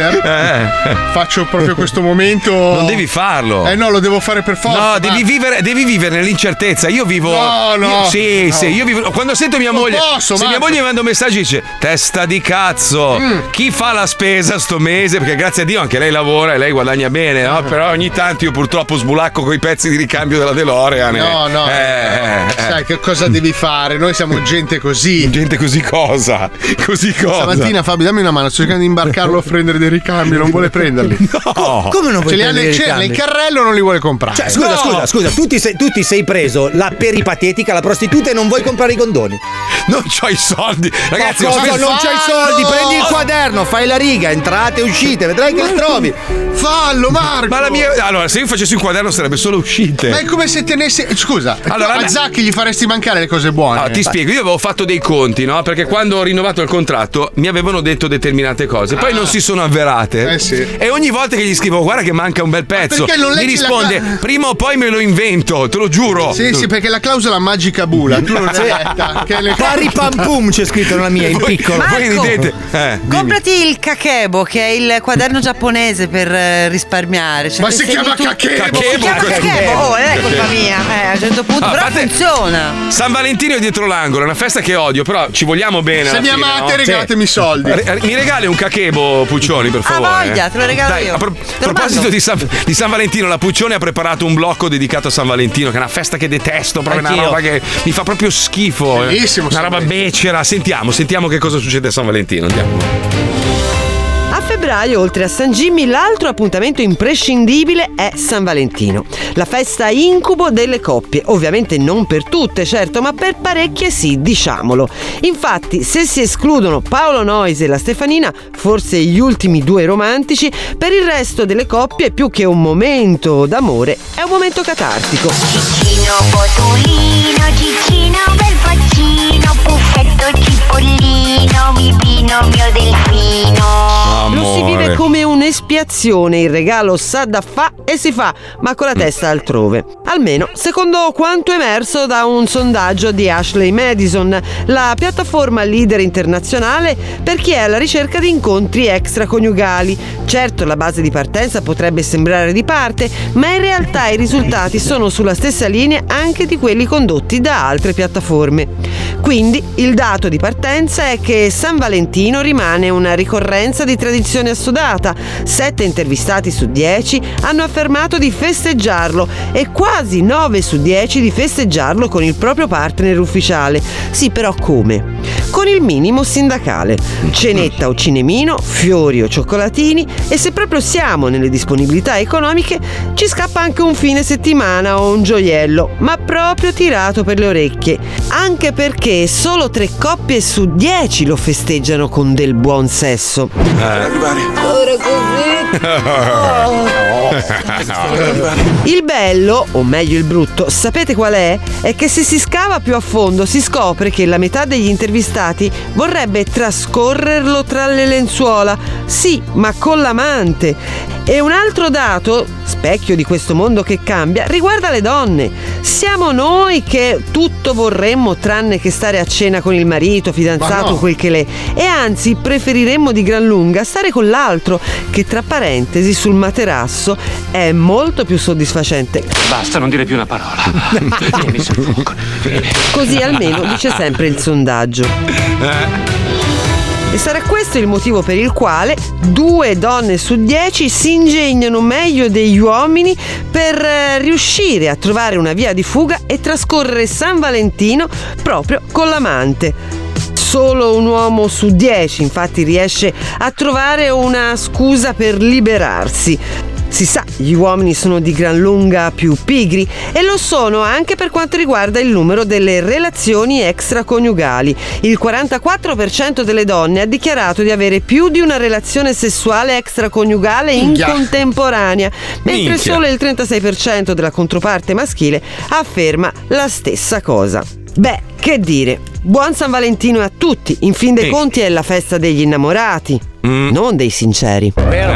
water. Faccio proprio questo momento. Non devi farlo. No, lo devo fare per forza. No, devi vivere nell'incertezza. Io vivo. No. Io vivo. Quando sento mia moglie. Se mia moglie mi manda un messaggio e dice: testa di cazzo. Chi fa la spesa sto mese? Perché grazie a Dio anche lei lavora e lei guadagna bene, no? Però ogni tanto io purtroppo sbulacco coi pezzi di ricambio della DeLorean. No. Sai che cosa devi fare? Noi siamo gente così. Gente così cosa? Stamattina Fabio, dammi una mano, sto cercando di imbarcarlo a prendere dei ricambi, non vuole prenderli. No. Come non vuoi prendere dei ricambi? Nel carrello non li vuole comprare. Cioè, scusa, tu ti sei preso la peripatetica, la prostituta e non vuoi comprare i condoni. Non c'ho i soldi. Ragazzi, non c'hai soldi? Prendi il quaderno, fai la riga, entrate e uscite, vedrai che li trovi. Fallo, Marco. Ma allora, se io facessi un quaderno sarebbe solo uscite. Ma è come se tenessi. Scusa, allora, a Zacchi gli faresti mancare le cose buone. Ti spiego, io avevo fatto dei conti, no? Perché quando ho rinnovato il contratto mi avevano detto determinate cose, poi non si sono avverate. Sì. E ogni volta che gli scrivo guarda che manca un bel pezzo, mi risponde prima o poi me lo invento, te lo giuro. Sì, perché la clausola magica bula. Tu non l'hai letta. Pari pam pum c'è scritto nella mia in piccolo. Marco, voi ridete. Comprati il kakebo, che è il quaderno giapponese per risparmiare. Cioè, ma si chiama kakebo. Oh, non è colpa mia. A un certo punto, però funziona. San Valentino è dietro l'angolo, è una festa che odio, però ci vogliamo bene. Se mi amate, regalatemi soldi. Mi regali un kakebo, Puccioni, per favore. Voglia, te lo regalo io. A proposito di San Valentino, la Puccioni ha preparato un blocco dedicato a San Valentino, che è una festa che detesto, proprio una roba che mi fa proprio schifo. Bellissimo. Una roba becera. Sentiamo che cosa succede a San Valentino. Andiamo. A febbraio, oltre a San Jimmy, l'altro appuntamento imprescindibile è San Valentino. La festa incubo delle coppie. Ovviamente non per tutte, certo, ma per parecchie sì, diciamolo. Infatti, se si escludono Paolo Noyes e la Stefanina, forse gli ultimi due romantici, per il resto delle coppie, più che un momento d'amore, è un momento catartico. Cicino, botulino, Cicino, bel faccino, puffetto, cipollino, bibino, mio delfino. Lo si vive come un'esperienza espiazione, il regalo sa da fa e si fa, ma con la testa altrove. Almeno secondo quanto emerso da un sondaggio di Ashley Madison, la piattaforma leader internazionale per chi è alla ricerca di incontri extraconiugali. Certo, la base di partenza potrebbe sembrare di parte, ma in realtà i risultati sono sulla stessa linea anche di quelli condotti da altre piattaforme. Quindi il dato di partenza è che San Valentino rimane una ricorrenza di tradizione assodata. 7 intervistati su 10 hanno affermato di festeggiarlo e quasi 9 su 10 di festeggiarlo con il proprio partner ufficiale. Sì, però come? Con il minimo sindacale. Cenetta o cinemino, fiori o cioccolatini, e se proprio siamo nelle disponibilità economiche ci scappa anche un fine settimana o un gioiello, ma proprio tirato per le orecchie. Anche perché solo 3 coppie su 10 lo festeggiano con del buon sesso. Ora così. Il bello, o meglio il brutto, sapete qual è? È che se si scava più a fondo si scopre che la metà degli intervistati vorrebbe trascorrerlo tra le lenzuola. Sì, ma con l'amante. E un altro dato, specchio di questo mondo che cambia, riguarda le donne. Siamo noi che tutto vorremmo tranne che stare a cena con il marito, fidanzato, no. quel che l'è. E anzi preferiremmo di gran lunga stare con l'altro, che tra parentesi sul materasso è molto più soddisfacente. Basta, non dire più una parola. Vieni sul fuoco. Così almeno dice sempre il sondaggio. E sarà questo il motivo per il quale 2 donne su 10 si ingegnano meglio degli uomini per riuscire a trovare una via di fuga e trascorrere San Valentino proprio con l'amante. Solo un uomo su 10 infatti riesce a trovare una scusa per liberarsi. Si sa, gli uomini sono di gran lunga più pigri e lo sono anche per quanto riguarda il numero delle relazioni extraconiugali. Il 44% delle donne ha dichiarato di avere più di una relazione sessuale extraconiugale in contemporanea, mentre solo il 36% della controparte maschile afferma la stessa cosa. Beh, che dire, buon San Valentino a tutti, in fin dei conti è la festa degli innamorati, non dei sinceri.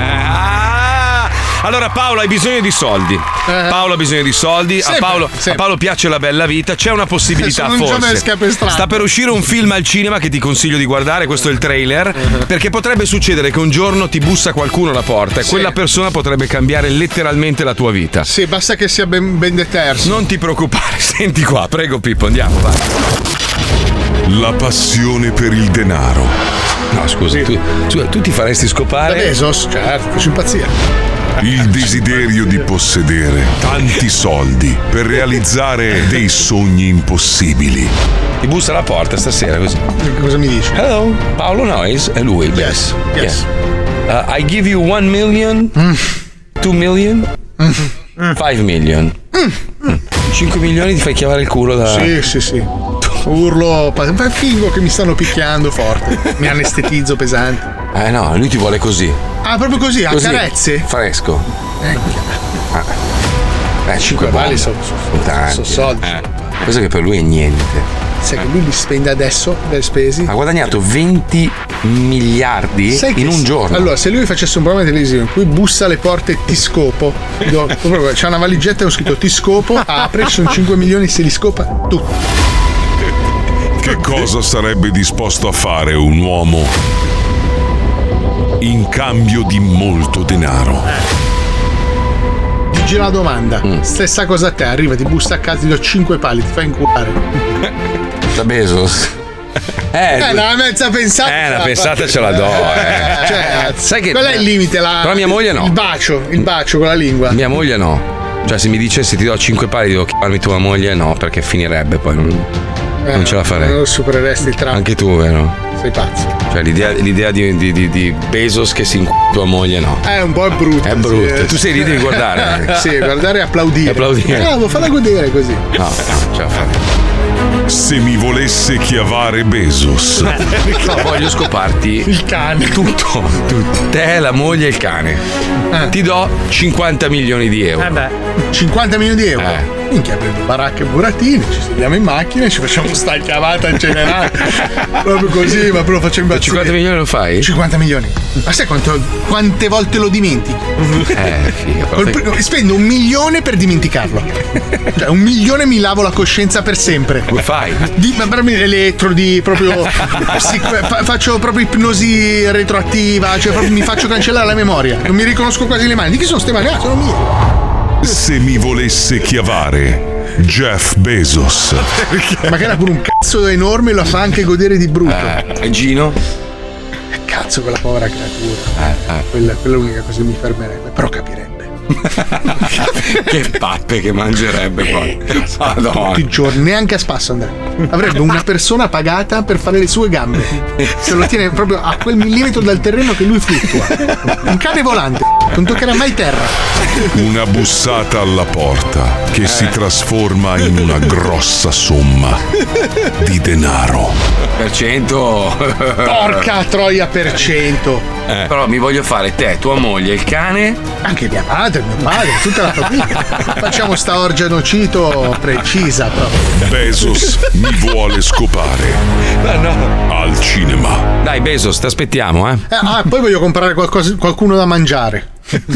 Allora Paolo hai bisogno di soldi. Paolo ha bisogno di soldi. A Paolo piace la bella vita. C'è una possibilità, forse. Sta per uscire un film al cinema che ti consiglio di guardare. Questo è il trailer. Perché potrebbe succedere che un giorno ti bussa qualcuno alla porta e quella persona potrebbe cambiare letteralmente la tua vita. Sì, basta che sia ben deterso. Non ti preoccupare. Senti qua, prego Pippo, andiamo, vai. La passione per il denaro. No, scusa, tu ti faresti scopare? Da Bezos, certo, faccio impazzire. Il desiderio di possedere tanti soldi per realizzare dei sogni impossibili. Ti bussa alla porta stasera così. Cosa mi dici? Hello, Paolo Noyes, è lui. Yes. I give you 1 million, 2 million, 5 million. 5 milioni ti fai chiamare il culo da... Sì. Urlo, fingo che mi stanno picchiando forte. Mi anestetizzo pesante. No, lui ti vuole così. Ah, proprio così, a carezze? Fresco. 5 pali sono soldi. Questo che per lui è niente. Sai che lui li spende adesso, le spesi? Ha guadagnato 20 miliardi in un giorno. Allora, se lui facesse un programma televisivo in cui bussa alle porte ti scopo, c'è una valigetta e ho scritto ti scopo, apre, ci sono 5 milioni, se li scopa tutti. Che cosa sarebbe disposto a fare un uomo in cambio di molto denaro? Ti gira la domanda. Stessa cosa a te, arriva, ti busta a casa, ti do 5 pali, ti fai inculare. Da Bezos. Una mezza pensata. Una pensata ce la do. Cioè, sai che qual è il limite? Però mia moglie no. Il bacio con la lingua. Mia moglie no. Cioè, se mi dicessi ti do 5 pali, devo chiamarmi tua moglie, no, perché finirebbe poi. Non ce la farei. Non supereresti il tramo. Anche tu, vero? Sei pazzo. Cioè l'idea di Bezos che si inc***a tua moglie, no. È un po' brutto. È brutto. Tu sei lì, devi guardare. Sì, guardare e applaudire. Bravo, falla godere così. No, ce la farei. Se mi volesse chiavare Bezos. No, voglio scoparti il cane. Tutto. Te, la moglie e il cane. Ti do 50 milioni di euro. 50 milioni di euro. Minchia, prendo baracca e burattini, ci sediamo in macchina e ci facciamo sta chiamata in generale. Proprio così, ma proprio faccio impazzire. 50 milioni lo fai? 50 milioni. Ma sai quante volte lo dimentichi? Figa. Spendo 1 milione per dimenticarlo. Cioè 1 milione mi lavo la coscienza per sempre. Come fai? Elettrodi, proprio faccio proprio ipnosi retroattiva, cioè proprio mi faccio cancellare la memoria. Non mi riconosco quasi le mani. Di chi sono ste mani? Ah, sono mie. Se mi volesse chiavare Jeff Bezos. Ma che era pure un cazzo enorme, lo fa anche godere di brutto. Gino? Cazzo, quella povera creatura. Quella è l'unica cosa che mi fermerebbe, però capirebbe. Che pappe che mangerebbe poi. Madonna. Tutti i giorni, neanche a spasso Andrea. Avrebbe una persona pagata per fare le sue gambe. Se lo tiene proprio a quel millimetro dal terreno che lui fluttua. Un cane volante, non toccherà mai terra. Una bussata alla porta che si trasforma in una grossa somma di denaro. Per cento. Porca troia per cento. Però mi voglio fare te, tua moglie, il cane. Anche mia madre, mio padre, tutta la famiglia. Facciamo sta orgia nocito precisa proprio. Bezos mi vuole scopare. Al cinema. Dai Bezos, ti aspettiamo, poi voglio comprare qualcuno da mangiare.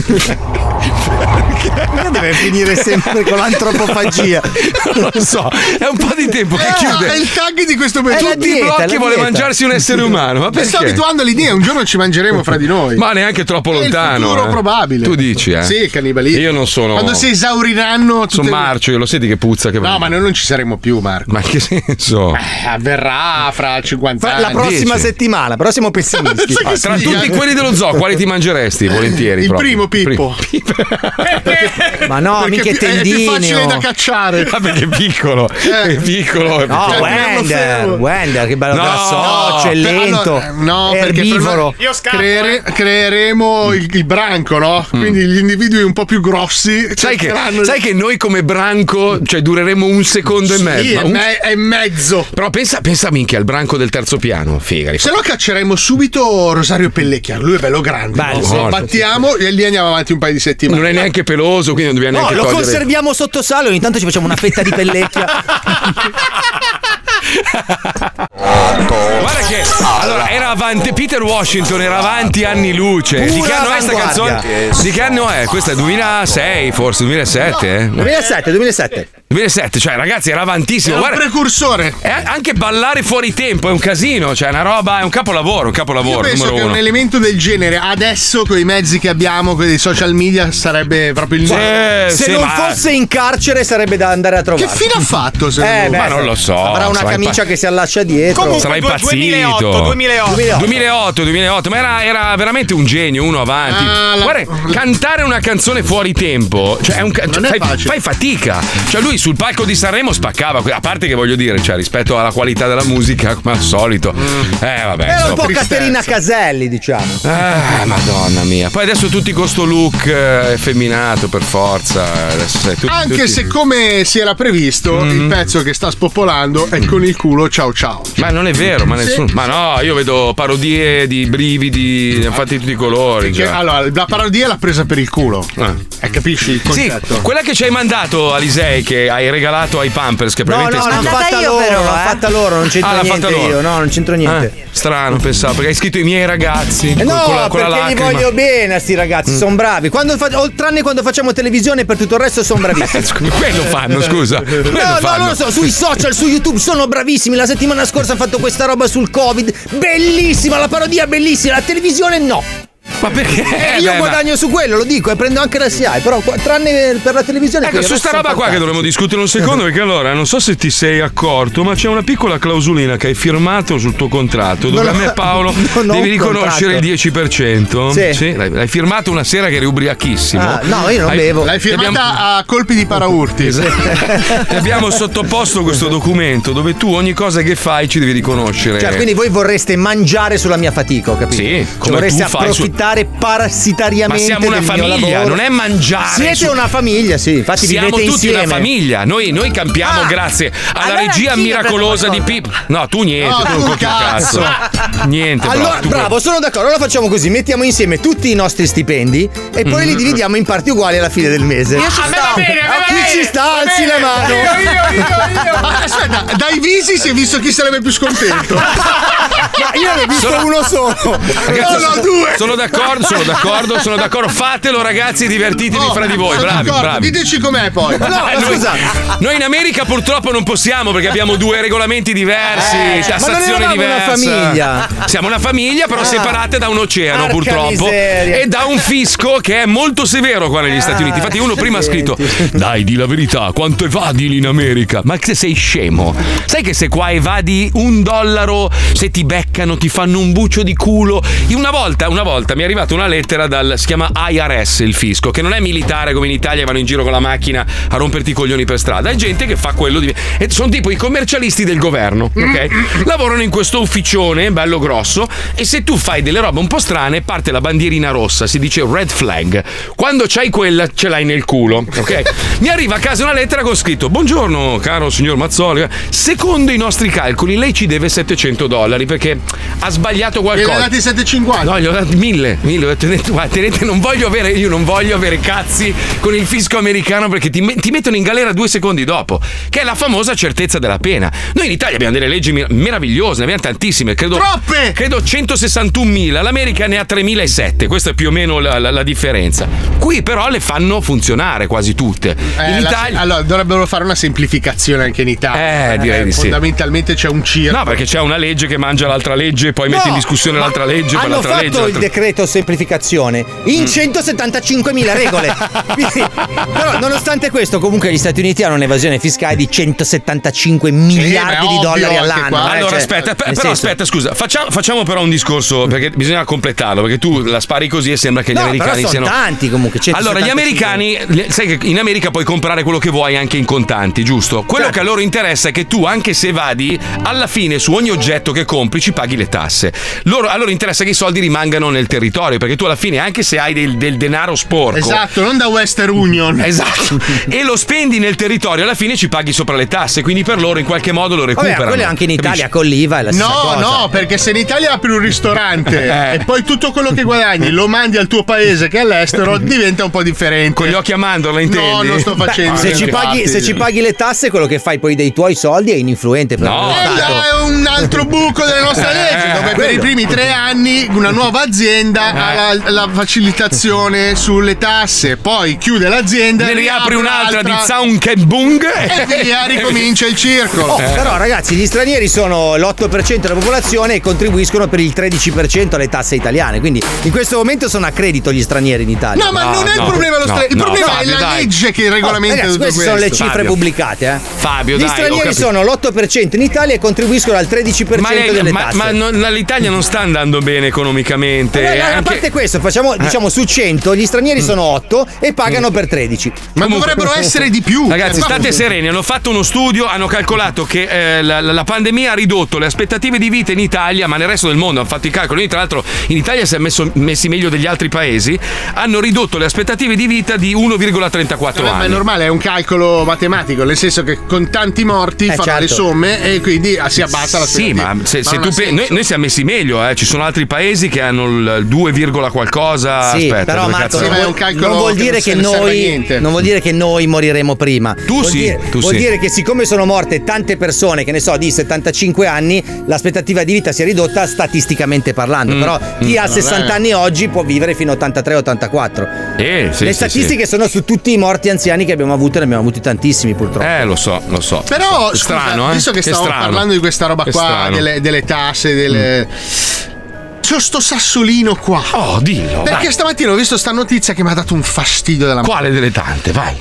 Deve finire sempre con l'antropofagia. Non lo so, è un po' di tempo che chiude. È il tag di questo periodo. Tutti i blocchi vuole mangiarsi un essere umano. Ma perché? Mi sto abituando all'idea, un giorno ci mangeremo fra di noi. Ma neanche troppo lontano. È il futuro probabile. Tu dici, Sì, il cannibalismo. Io non sono. Quando si esauriranno. Sono marcio, io lo senti che puzza che va. No, ma noi non ci saremo più, Marco. Ma in che senso? Avverrà fra 50 anni. La prossima settimana, però siamo pessimisti. Tra tutti quelli dello zoo, quali ti mangeresti volentieri? Il primo Pippo. Ma no, mica è tendini. È più facile da cacciare. Perché è piccolo. È piccolo. No, Wender, che bello grassoccio, è lento. No, è erbivoro. Io creeremo il branco, no? Quindi gli individui un po' più grossi. Sai che noi come branco, cioè dureremo 1 secondo e mezzo. È mezzo. Però pensa minchia al branco del terzo piano. Figa. Se no cacceremo subito Rosario Pellecchia. Lui è bello grande. Lo battiamo e lì andiamo avanti un paio di settimane. Non è neanche peloso, quindi non dobbiamo neanche lo togliere. conserviamo sotto sale, ogni tanto ci facciamo una fetta di pellecchia. Guarda che allora era avanti Peter Washington, era avanti anni luce. Di che anno è sta canzone? Di che anno è? Questa è 2006 forse, 2007? 2007, cioè ragazzi era avantissimo. Guarda, un precursore. Anche ballare fuori tempo è un casino, cioè è una roba, è un capolavoro. Io penso numero che 1. Un elemento del genere adesso con i mezzi che abbiamo, con i social media, sarebbe proprio il se non fosse in carcere sarebbe da andare a trovare. Che fine ha fatto? Ma non lo so. Avrà una camicia che si allaccia dietro. Comunque, sarà impazzito. 2008, ma era veramente un genio, uno avanti. Guarda, cantare una canzone fuori tempo, cioè fai fatica. Cioè lui sul palco di Sanremo spaccava, a parte che voglio dire, cioè rispetto alla qualità della musica, come al solito. Vabbè. Era un po' Caterina Caselli, diciamo. Madonna mia. Poi adesso tutti con sto look effeminato per forza. Anche se come si era previsto, il pezzo che sta spopolando è con il culo ciao ciao. Ma non è vero, ma nessuno. Ma no, io vedo parodie di brividi, ne hanno fatti tutti i colori. Allora, la parodia l'ha presa per il culo. Capisci il concetto? Sì, quella che ci hai mandato Alisei, che hai regalato ai Pampers, che probabilmente l'hanno fatta loro, non c'entro niente io. No, non c'entro niente. Strano, pensavo, perché hai scritto i miei ragazzi. No, perché li voglio bene a sti ragazzi, sono bravi. Tranne quando facciamo televisione, per tutto il resto sono bravissimi. Quello fanno, scusa. No, non lo so, sui social, su YouTube sono bravissimi. La settimana scorsa hanno fatto questa roba sul Covid, bellissima, la parodia bellissima, la televisione no. Ma perché? Io guadagno su quello, lo dico, e prendo anche la SIAE, però tranne per la televisione. Ecco, su sta roba qua che dovremmo discutere un secondo, perché allora non so se ti sei accorto, ma c'è una piccola clausulina che hai firmato sul tuo contratto, dove a me Paolo devi riconoscere il 10%. Sì. L'hai firmato una sera che eri ubriachissimo. No, io non bevo. L'hai firmata a colpi di paraurti. Ti abbiamo sottoposto questo documento dove tu ogni cosa che fai ci devi riconoscere. Cioè, quindi voi vorreste mangiare sulla mia fatica, ho capito? Sì, come vorreste approfittare abusare parassitariamente. Ma siamo una del mio famiglia, lavoro. non è mangiare. Siete una famiglia, sì. Infatti siamo vivete tutti insieme. una famiglia. Noi campiamo grazie alla regia miracolosa di Pippo. No, tu niente, No, tu non tu conti un cazzo. Niente, Allora, bravo, sono d'accordo. Allora facciamo così: mettiamo insieme tutti i nostri stipendi e poi li dividiamo in parti uguali alla fine del mese. Io ci sto. Chi ci sta? Alzi la mano. Io. Aspetta, dai visi si è visto chi sarebbe più scontento. Ma io ne ho visto uno solo. Ragazzi, no, due. Sono d'accordo. Fatelo, ragazzi, divertitevi fra di voi. sono Bravi, d'accordo. bravi. Diteci com'è poi. Noi in America purtroppo non possiamo perché abbiamo due regolamenti diversi, tassazione diversa. Una famiglia. Siamo una famiglia, però separate da un oceano, Porca purtroppo. miseria. E da un fisco che è molto severo qua negli Stati Uniti. Infatti, uno prima ha scritto: dai, di la verità, quanto evadi lì in America? Ma che sei scemo? Sai che se qua evadi $1, se ti beccano, ti fanno un bucio di culo. Una volta mi è arrivata una lettera si chiama IRS, il fisco, che non è militare come in Italia, vanno in giro con la macchina a romperti i coglioni per strada. È gente che fa quello e sono tipo i commercialisti del governo, ok? Lavorano in questo ufficione bello grosso e se tu fai delle robe un po' strane parte la bandierina rossa, si dice red flag. Quando c'hai quella ce l'hai nel culo, ok? Mi arriva a casa una lettera con scritto: buongiorno caro signor Mazzoli, secondo i nostri calcoli lei ci deve $700 perché ha sbagliato qualcosa. Gli ho dati 750. No, gli ho dati 1000. Tenete, non voglio avere cazzi con il fisco americano perché ti mettono in galera 2 secondi dopo, che è la famosa certezza della pena. Noi in Italia abbiamo delle leggi meravigliose, ne abbiamo tantissime, troppe! Credo 161.000, l'America ne ha 3.007, questa è più o meno la differenza. Qui però le fanno funzionare quasi tutte. In Italia allora dovrebbero fare una semplificazione anche in Italia. Direi di sì. Fondamentalmente c'è un circo. No, perché c'è una legge che mangia l'altra legge, poi mette in discussione l'altra legge, poi l'altra legge. Hanno fatto il decreto semplificazione in 175.000 regole. Però nonostante questo, comunque gli Stati Uniti hanno un'evasione fiscale di 175 miliardi di dollari all'anno. Allora aspetta, scusa, facciamo però un discorso perché bisogna completarlo, perché tu la spari così e sembra che gli americani però siano tanti comunque. Allora gli americani, sai che in America puoi comprare quello che vuoi anche in contanti, giusto? Quello che a loro interessa è che tu, anche se evadi, alla fine su ogni oggetto che compri ci paghi le tasse. A loro interessa che i soldi rimangano nel territorio, perché tu alla fine, anche se hai del denaro sporco, esatto, non da Western Union, esatto, e lo spendi nel territorio, alla fine ci paghi sopra le tasse, quindi per loro in qualche modo lo recuperano. Vabbè, quello anche in Italia, capisci? con l'IVA è la stessa cosa. No, perché se in Italia apri un ristorante e poi tutto quello che guadagni lo mandi al tuo paese che è all'estero, diventa un po' differente. Con gli occhi a mandorla, intendi? No, non sto facendo. Se ci paghi le tasse, quello che fai poi dei tuoi soldi è ininfluente per lo Stato. È un altro buco delle nostre leggi, dove per i primi 3 anni una nuova azienda ha la facilitazione sulle tasse, poi chiude l'azienda, ne riapri un'altra di Zaunkenbung e via, ricomincia il circolo. Però ragazzi, gli stranieri sono l'8% della popolazione e contribuiscono per il 13% alle tasse italiane, quindi in questo momento sono a credito gli stranieri in Italia. No, ma non è il problema il problema è la legge che regolamenta ragazzi, tutto queste questo. sono le cifre pubblicate, Fabio, gli stranieri sono l'8% in Italia e contribuiscono al 13% delle tasse. Ma l'Italia non sta andando bene economicamente. A parte questo, diciamo su 100 gli stranieri sono 8 e pagano per 13. Ma dovrebbero essere di più. Ragazzi, state sereni, hanno fatto uno studio, hanno calcolato che la pandemia ha ridotto le aspettative di vita in Italia, ma nel resto del mondo hanno fatto i calcoli. Tra l'altro in Italia si è messi meglio degli altri paesi, hanno ridotto le aspettative di vita di 1,34 anni. Ma è normale, è un calcolo matematico, nel senso che con tanti morti fanno le somme e quindi si abbassa la aspettativa. Sì, ma se tu noi siamo messi meglio, ci sono altri paesi che hanno il 2, qualcosa. Sì, aspetta, però Marco, non vuol dire che noi moriremo prima. Vuol dire che siccome sono morte tante persone, che ne so, di 75 anni, l'aspettativa di vita si è ridotta statisticamente parlando. Però chi ha 60 anni oggi può vivere fino a 83-84. Le statistiche sono su tutti i morti anziani che abbiamo avuto, ne abbiamo avuti tantissimi purtroppo. Lo so. Però strano, visto che stavamo parlando di questa roba qua, delle tasse, delle c'ho sto sassolino qua. Oh, dillo. Perché stamattina ho visto sta notizia che mi ha dato un fastidio della Quale delle tante? Vai.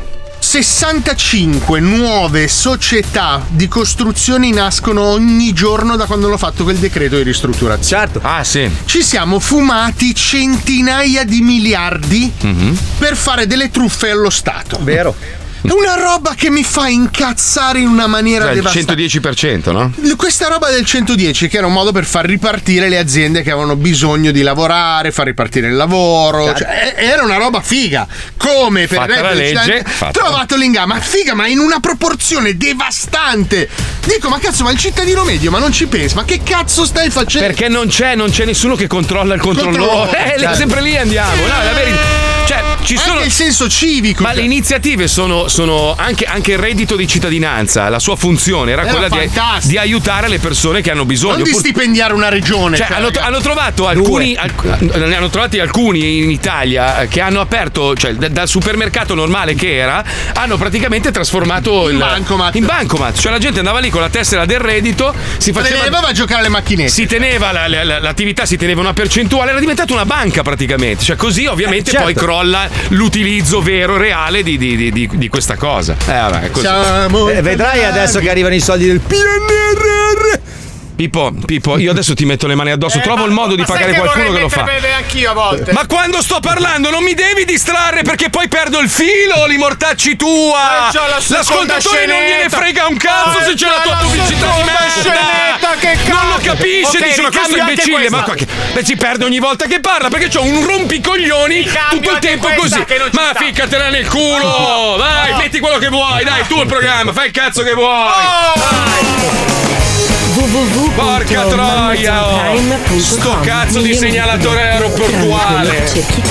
65 nuove società di costruzioni nascono ogni giorno da quando hanno fatto quel decreto di ristrutturazione. Certo. Ah, sì. Ci siamo fumati centinaia di miliardi per fare delle truffe allo Stato. Vero. È una roba che mi fa incazzare in una maniera devastante. Il 110%, no? Questa roba del 110, che era un modo per far ripartire le aziende che avevano bisogno di lavorare, far ripartire il lavoro. Cioè, era una roba figa. Come per fatta la legge, trovato l'inga, ma figa, ma in una proporzione devastante. Dico, ma cazzo, ma il cittadino medio, ma non ci pensa, ma che cazzo stai facendo? Perché non c'è nessuno che controlla il controllore. Sempre lì andiamo. No, è la verità. Cioè, ci sono anche il senso civico. Ma le iniziative sono anche il reddito di cittadinanza, la sua funzione era quella di aiutare le persone che hanno bisogno. Non di stipendiare una regione. Cioè, hanno trovato alcuni ne hanno trovati alcuni in Italia che hanno aperto, cioè dal supermercato normale che era, hanno praticamente trasformato in bancomat. Cioè la gente andava lì con la tessera del reddito, si teneva a giocare alle macchinette. Si teneva l'attività, si teneva una percentuale, era diventata una banca praticamente. Cioè così ovviamente poi crolla l'utilizzo vero, reale di questa cosa. Vabbè, così. Vedrai adesso che arrivano i soldi del PNRR. Pippo, io adesso ti metto le mani addosso. Trovo il modo di pagare qualcuno che lo fa. Anch'io a volte. Ma quando sto parlando non mi devi distrarre, perché poi perdo il filo, li mortacci tua. L'ascoltatore non gliene frega un cazzo se c'è la tua pubblicità di merda. Non lo capisce, dice, ma questo è imbecille. Ma si perde ogni volta che parla, perché c'ho un rompicoglioni tutto il tempo così. Ma ficcatela nel culo. Vai, metti quello che vuoi. Dai, tu il programma, fai il cazzo che vuoi. Porca troia! Sto cazzo di segnalatore aeroportuale!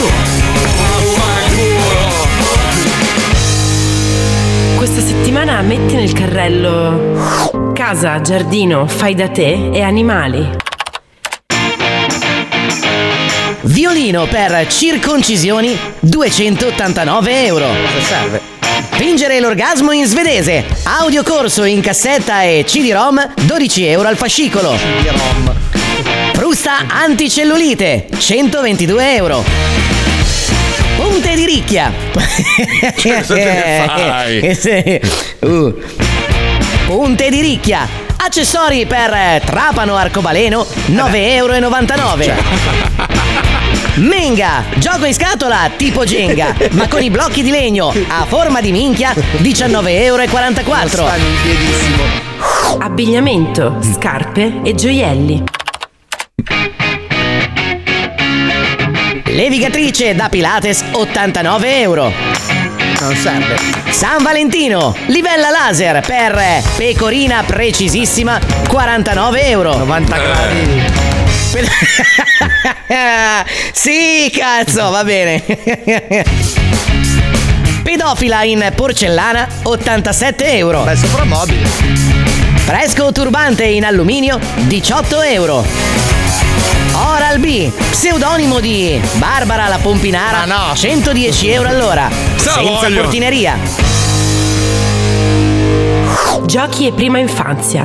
Questa settimana metti nel carrello casa, giardino, fai da te e animali. Violino per circoncisioni, 289 euro. Cosa serve? Fingere l'orgasmo in svedese, audiocorso in cassetta e CD-ROM, 12 euro al fascicolo. CD-ROM. Frusta anticellulite, 122 euro. Punte di ricchia. Cosa te ne fai? Punte di ricchia. Accessori per trapano arcobaleno, 9,99 euro. Menga, gioco in scatola tipo Jenga, ma con i blocchi di legno a forma di minchia, 19,44 euro. Abbigliamento, scarpe e gioielli. Levigatrice da Pilates, 89 euro. Non serve. San Valentino, livella laser per pecorina precisissima, 49 euro. 90 gradi. Sì, cazzo, va bene. Pedofila in porcellana, 87 euro. Beh, soprammobile. Fresco turbante in alluminio, 18 euro. Oral B, pseudonimo di Barbara la Pompinara, 110 euro all'ora, senza portineria. Giochi e prima infanzia.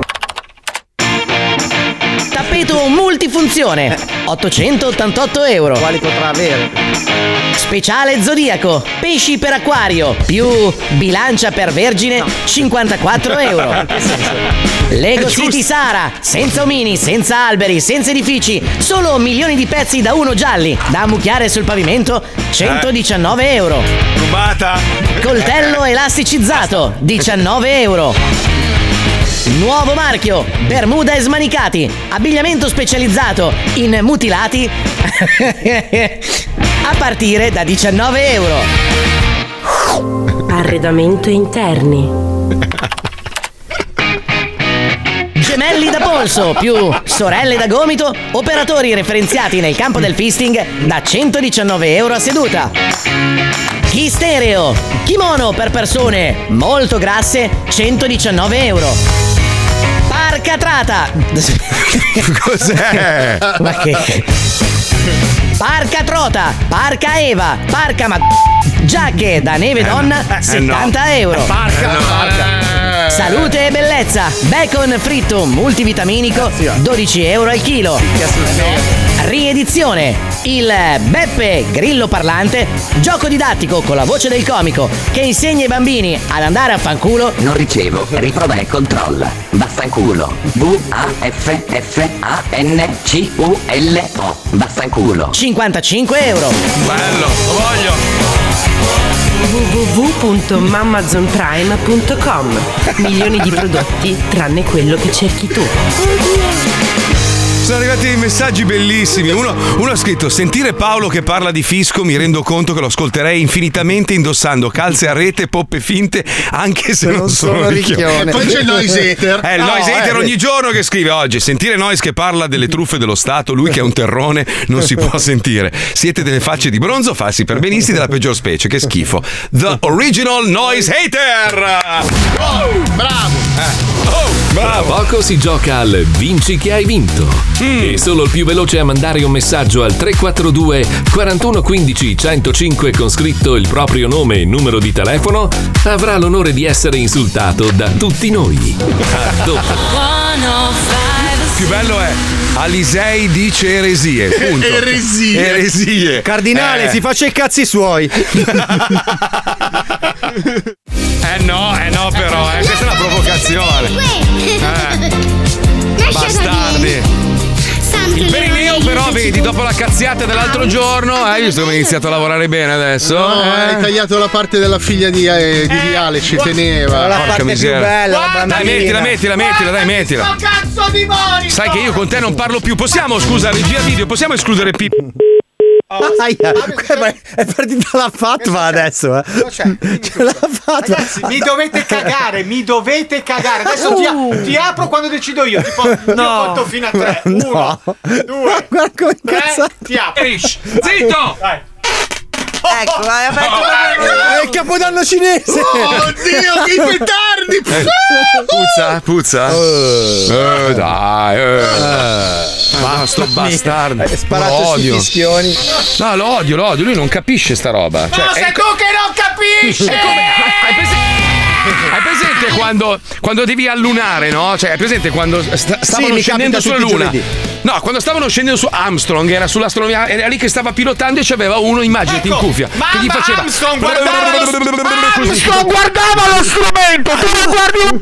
Tappeto multifunzione, 888 euro. Quali potrà avere? Speciale zodiaco, pesci per acquario più bilancia per vergine, 54 euro. Lego City Sara, senza omini, senza alberi, senza edifici, solo milioni di pezzi da uno gialli, da ammucchiare sul pavimento, 119 euro. Rubata. Coltello elasticizzato, 19 euro. Nuovo marchio, Bermuda e smanicati, abbigliamento specializzato in mutilati a partire da 19 euro. Arredamento interni. Gemelli da polso più sorelle da gomito, operatori referenziati nel campo del fisting da 119 euro a seduta. Chi stereo, kimono per persone molto grasse, 119 euro. Parca trata. Cos'è? Ma che? Parca trota, parca Eva, parca giacche da neve donna, 70 euro. Parca. Salute e bellezza, bacon fritto multivitaminico, 12 euro al chilo. Riedizione, il Beppe Grillo Parlante, gioco didattico con la voce del comico che insegna ai bambini ad andare a fanculo. Non ricevo, riprova e controlla. Vaffanculo. V-A-F-F-A-N-C-U-L-O. Vaffanculo. 55 euro. Bello, lo voglio. www.mamazonprime.com. Milioni di prodotti tranne quello che cerchi tu. Sono arrivati dei messaggi bellissimi. Uno ha scritto: sentire Paolo che parla di fisco mi rendo conto che lo ascolterei infinitamente indossando calze a rete, poppe finte, anche se non sono ricchione. Poi c'è il noise hater. Il noise hater ogni giorno che scrive oggi: sentire Noise che parla delle truffe dello Stato, lui che è un terrone, non si può sentire. Siete delle facce di bronzo, falsi perbenisti della peggior specie, che schifo. The original noise hater. Bravo. Bravo. Tra poco si gioca al Vinci che hai vinto. E solo il più veloce a mandare un messaggio al 342 41 15 105 con scritto il proprio nome e numero di telefono avrà l'onore di essere insultato da tutti noi. A dopo. Più bello è Alisei dice eresie. Punto. Eresie. Cardinale, si faccia i cazzi suoi. No, però, questa è una provocazione. Bastardi. Il Perineo però, vedi, dopo la cazziata dell'altro giorno, hai visto come hai iniziato a lavorare bene adesso? No, hai tagliato la parte della figlia di Viale, ci teneva. La parte miseria. più bella, la bambina. Dai, mettila. Cazzo di mori! Sai che io con te non parlo più. Possiamo, scusa, regia video, possiamo escludere Pippo? È partita la fatwa adesso. C'è la fatwa. Ragazzi, mi dovete cagare. Adesso ti apro quando decido io. Tipo, io conto fino a 3. 1, 2, Guarda come 3. cazzo. Ti apro. Zitto! Dai. Ecco, hai aperto È il capodanno cinese. Oddio, che petardi. Puzza? Dai. Ma sto bastardo. Hai sparato sui fischioni. No, lo odio. Lui non capisce sta roba. Cioè, sei tu che non capisci. Hai presente quando devi allunare, no? Cioè, hai presente quando stavano scendendo sulla Luna? No, quando stavano scendendo su Armstrong, era sull'astronomia, era lì che stava pilotando e c'aveva uno, immaginati, in cuffia, che gli faceva. Armstrong guardava lo strumento, tu non guardi un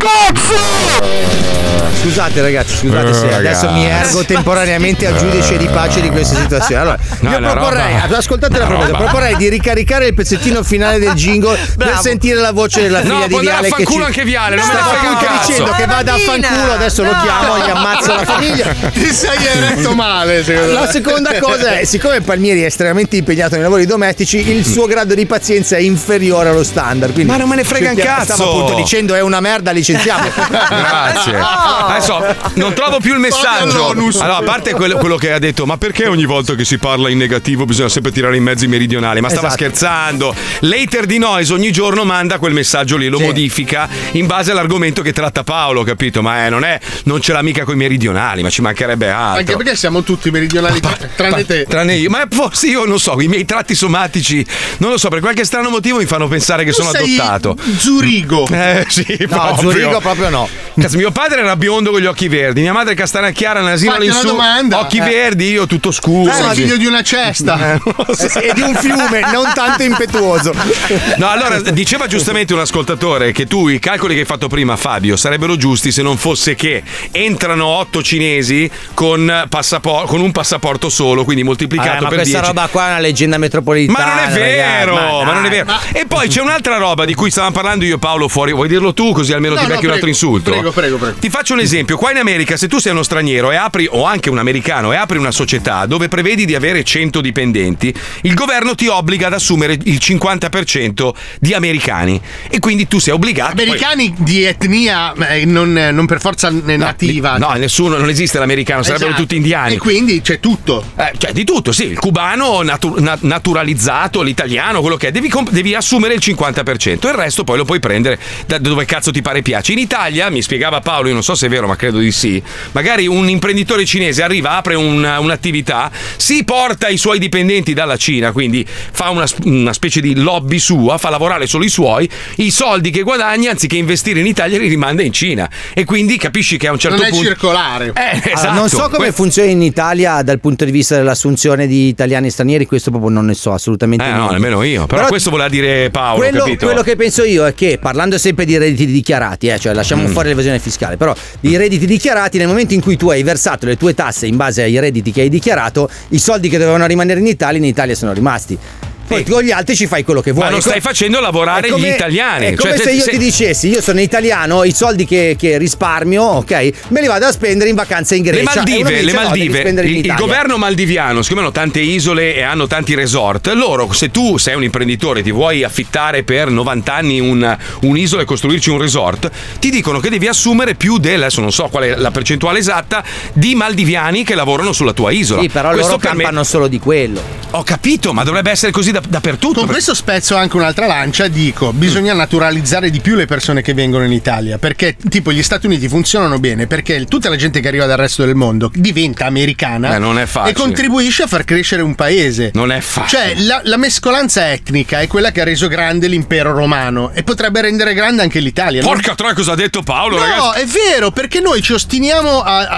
cazzo! Scusate ragazzi, se adesso mi ergo temporaneamente a giudice di pace di questa situazione. Allora, io proporrei, ascoltate la proposta, proporrei di ricaricare il pezzettino finale del jingle per sentire la voce della figlia di Viale che ci anche Viale, non me ne stava frega un appunto cazzo. dicendo che vada a fanculo, adesso lo chiamo, gli ammazzo la famiglia. Ti sei eretto male, secondo me. La seconda cosa è, siccome Palmieri è estremamente impegnato nei lavori domestici, il suo grado di pazienza è inferiore allo standard. Quindi ma non me ne frega un cazzo. Stavo appunto dicendo è una merda, licenziamo. Grazie. Adesso non trovo più il messaggio. Allora, a parte quello che ha detto, ma perché ogni volta che si parla in negativo bisogna sempre tirare in mezzo i meridionali? Ma stava scherzando. L'hater di Noise ogni giorno manda quel messaggio lì, lo modifica in base all'argomento che tratta Paolo, capito? Ma non ce l'ha mica con i meridionali, ma ci mancherebbe altro. Anche perché siamo tutti meridionali tranne te. Tranne io. Ma forse io non so, i miei tratti somatici, non lo so, per qualche strano motivo mi fanno pensare che sono adottato. Zurigo. Sì, no, Zurigo proprio no. Cazzo, mio padre era biondo con gli occhi verdi, mia madre castana chiara, nasino all'insù, occhi verdi, io tutto scuro. Sei figlio di una cesta e di un fiume non tanto impetuoso. No, allora diceva giustamente un ascoltatore che tu i calcoli che hai fatto prima, Fabio, sarebbero giusti se non fosse che entrano 8 cinesi con un passaporto solo, quindi moltiplicato ma per 10. Questa roba qua è una leggenda metropolitana. Ma non è vero, ragazzi, ma non è vero. E poi c'è un'altra roba di cui stavamo parlando io e Paolo fuori. Vuoi dirlo tu così almeno ti becchi un altro insulto? Prego. Ti faccio un esempio. Qua in America, se tu sei uno straniero e apri, o anche un americano, e apri una società dove prevedi di avere 100 dipendenti, il governo ti obbliga ad assumere il 50% di americani. E quindi tu sei obbligato. Americani di etnia non per forza nativa. No, nessuno, non esiste l'americano, sarebbero tutti indiani. E quindi c'è tutto. Cioè, di tutto, sì. Il cubano naturalizzato, l'italiano, quello che è. Devi assumere il 50%. Il resto poi lo puoi prendere da dove cazzo ti pare piace. In Italia, mi spiegava Paolo, io non so se è vero, ma credo di sì. Magari un imprenditore cinese arriva, apre un'attività, si porta i suoi dipendenti dalla Cina, quindi fa una specie di lobby sua, fa lavorare solo i suoi, i soldi che guadagna, anziché investire in Italia, li rimanda in Cina. E quindi capisci che a un certo punto. Non è circolare. Esatto. Non so come funziona in Italia dal punto di vista dell'assunzione di italiani e stranieri, questo proprio non ne so assolutamente niente. No, nemmeno io. Però questo voleva dire Paolo, capito? Quello che penso io è che, parlando sempre di redditi dichiarati, cioè lasciamo fuori l'evasione fiscale, però i redditi dichiarati, nel momento in cui tu hai versato le tue tasse in base ai redditi che hai dichiarato, i soldi che dovevano rimanere in Italia sono rimasti. poi con gli altri ci fai quello che vuoi. Ma non stai facendo lavorare gli italiani. È come se io ti dicessi: io sono italiano, i soldi che risparmio, ok, me li vado a spendere in vacanze in Grecia. Le Maldive, il governo maldiviano, siccome hanno tante isole e hanno tanti resort, loro, se tu sei un imprenditore, ti vuoi affittare per 90 anni un'isola e costruirci un resort, ti dicono che devi assumere più adesso non so qual è la percentuale esatta, di maldiviani che lavorano sulla tua isola. Sì, però loro campano solo di quello. Ho capito, ma dovrebbe essere così dappertutto. Con questo spezzo anche un'altra lancia, dico, bisogna naturalizzare di più le persone che vengono in Italia, perché tipo gli Stati Uniti funzionano bene perché tutta la gente che arriva dal resto del mondo diventa americana non è facile. E contribuisce a far crescere un paese. Non è facile. Cioè la mescolanza etnica è quella che ha reso grande l'impero romano e potrebbe rendere grande anche l'Italia. Porca troia, cosa ha detto Paolo? No, ragazzi? è vero, perché noi ci ostiniamo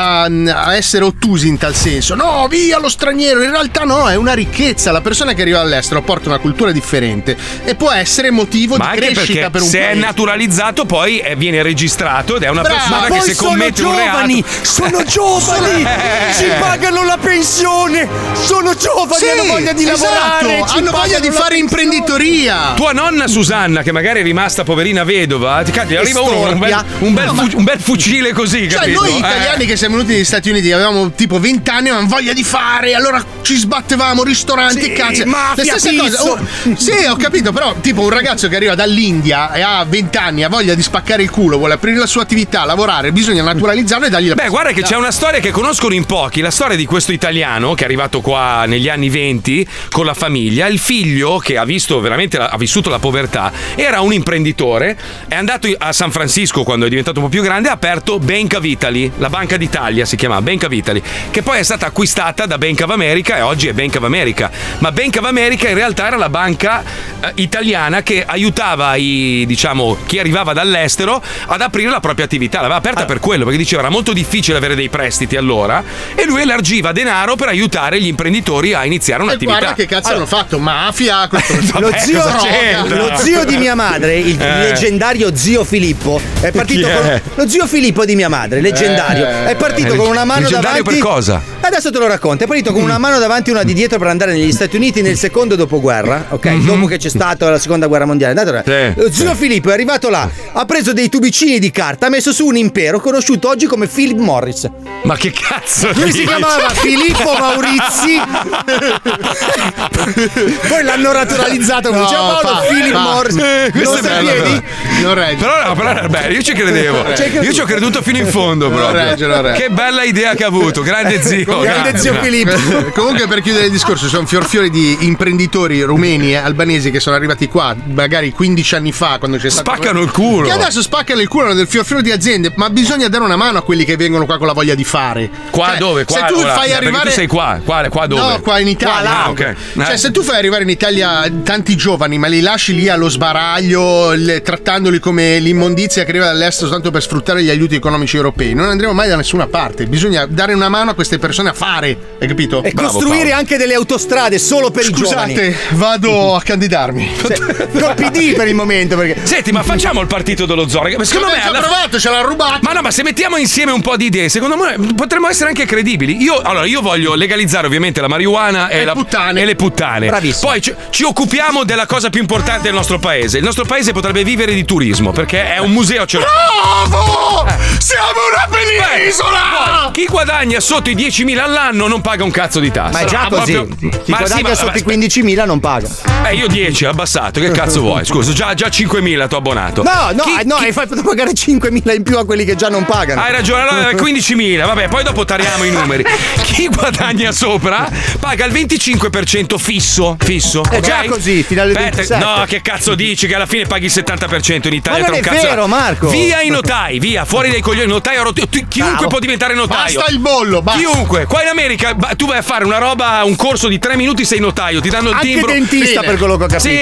a essere ottusi in tal senso. No, via lo straniero. In realtà no, è una ricchezza. La persona che arriva all'estero porta una cultura differente e può essere motivo ma di crescita per un se paese. È naturalizzato poi viene registrato ed è una persona che se commette un reato sono giovani ci pagano la pensione, sono giovani, hanno voglia di lavorare, hanno voglia di fare imprenditoria. Tua nonna Susanna, che magari è rimasta poverina vedova, ti arriva un bel fucile così, cioè capito? Noi italiani che siamo venuti negli Stati Uniti avevamo tipo 20 anni, avevamo voglia di fare, allora ci sbattevamo, ristoranti, cazzo, mafia, le stesse cose. Sì, ho capito, però tipo un ragazzo che arriva dall'India e ha 20 anni, ha voglia di spaccare il culo, vuole aprire la sua attività, lavorare, bisogna naturalizzarlo e dargli la guarda che c'è una storia che conoscono in pochi, la storia di questo italiano che è arrivato qua negli anni 20 con la famiglia. Il figlio, che ha vissuto la povertà, era un imprenditore, è andato a San Francisco quando è diventato un po' più grande, ha aperto Bank of Italy, la Banca d'Italia si chiama Bank of Italy, che poi è stata acquistata da Bank of America e oggi è Bank of America. Ma Bank of America in realtà era la banca italiana che aiutava chi arrivava dall'estero ad aprire la propria attività. L'aveva aperta per quello, perché diceva era molto difficile avere dei prestiti allora, e lui elargiva denaro per aiutare gli imprenditori a iniziare un'attività. Guarda che cazzo hanno fatto, mafia, lo zio di mia madre, il leggendario zio Filippo, è partito lo zio Filippo di mia madre, leggendario, è partito con una mano leggendario davanti. Per cosa? Adesso te lo racconto. È partito con una mano davanti e una di dietro per andare negli Stati Uniti nel secondo dopoguerra, ok? Dopo che c'è stata la seconda guerra mondiale. Lo zio Filippo è arrivato là, ha preso dei tubicini di carta, ha messo su un impero conosciuto oggi come Philip Morris. Ma che cazzo? Lui si chiamava Filippo Maurizi. Poi l'hanno naturalizzato come diceva Paolo, Philip Morris. Non sapevi? Però era bello, io ci credevo. Io ci ho creduto fino in fondo, proprio. Che bella idea che ha avuto, grande zio. Grande zio Filippo. Comunque, per chiudere il discorso, sono fiorfiori di imprenditori rumeni e albanesi che sono arrivati qua magari 15 anni fa, quando c'è stato spaccano il culo, che adesso spaccano il culo del fiorfiore di aziende, ma bisogna dare una mano a quelli che vengono qua con la voglia di fare. Qua dove? Qua, se tu fai arrivare, tu sei qua dove? No, qua in Italia. Okay. Cioè, se tu fai arrivare in Italia tanti giovani, ma li lasci lì allo sbaraglio, trattandoli come l'immondizia che arriva dall'estero soltanto per sfruttare gli aiuti economici europei, non andremo mai da nessuna parte. Bisogna dare una mano a queste persone a fare, hai capito? E costruire anche delle autostrade solo per i giovani. Scusate, vado a candidarmi. Col PD per il momento, perché senti, ma facciamo il partito dello zoo. Secondo me l'ha provato, ce l'ha rubato. Ma no, ma se mettiamo insieme un po' di idee, secondo me potremmo essere anche credibili. Io voglio legalizzare ovviamente la marijuana e le puttane. Bravissimo. Poi ci occupiamo della cosa più importante del nostro paese. Il nostro paese potrebbe vivere di turismo, perché è un museo. Bravo! Siamo una penisola! Chi guadagna sotto i 10.000 all'anno non paga un cazzo di tasse. Ma è già così. Chi guadagna sotto i 15.000 non paga. Io 10, abbassato. Che cazzo vuoi? Scusa, già 5.000 t'ho abbonato. No, hai fatto pagare 5.000 in più a quelli che già non pagano. Hai ragione, allora 15.000. Vabbè, poi dopo tariamo i numeri. Chi guadagna sopra paga il 25% fisso. È già così, fino alle 27. No, che cazzo dici? Che alla fine paghi il 70% in Italia. Ma non è vero, Marco. Via i notai, via, fuori dai coglioni. Notaio, chiunque può diventare notaio. Basta il bollo, basta. Chiunque. Qua in America tu vai a fare una roba, un corso di 3 minuti, sei notaio, ti danno il timbro. Anche dentista, per quello che ho capito.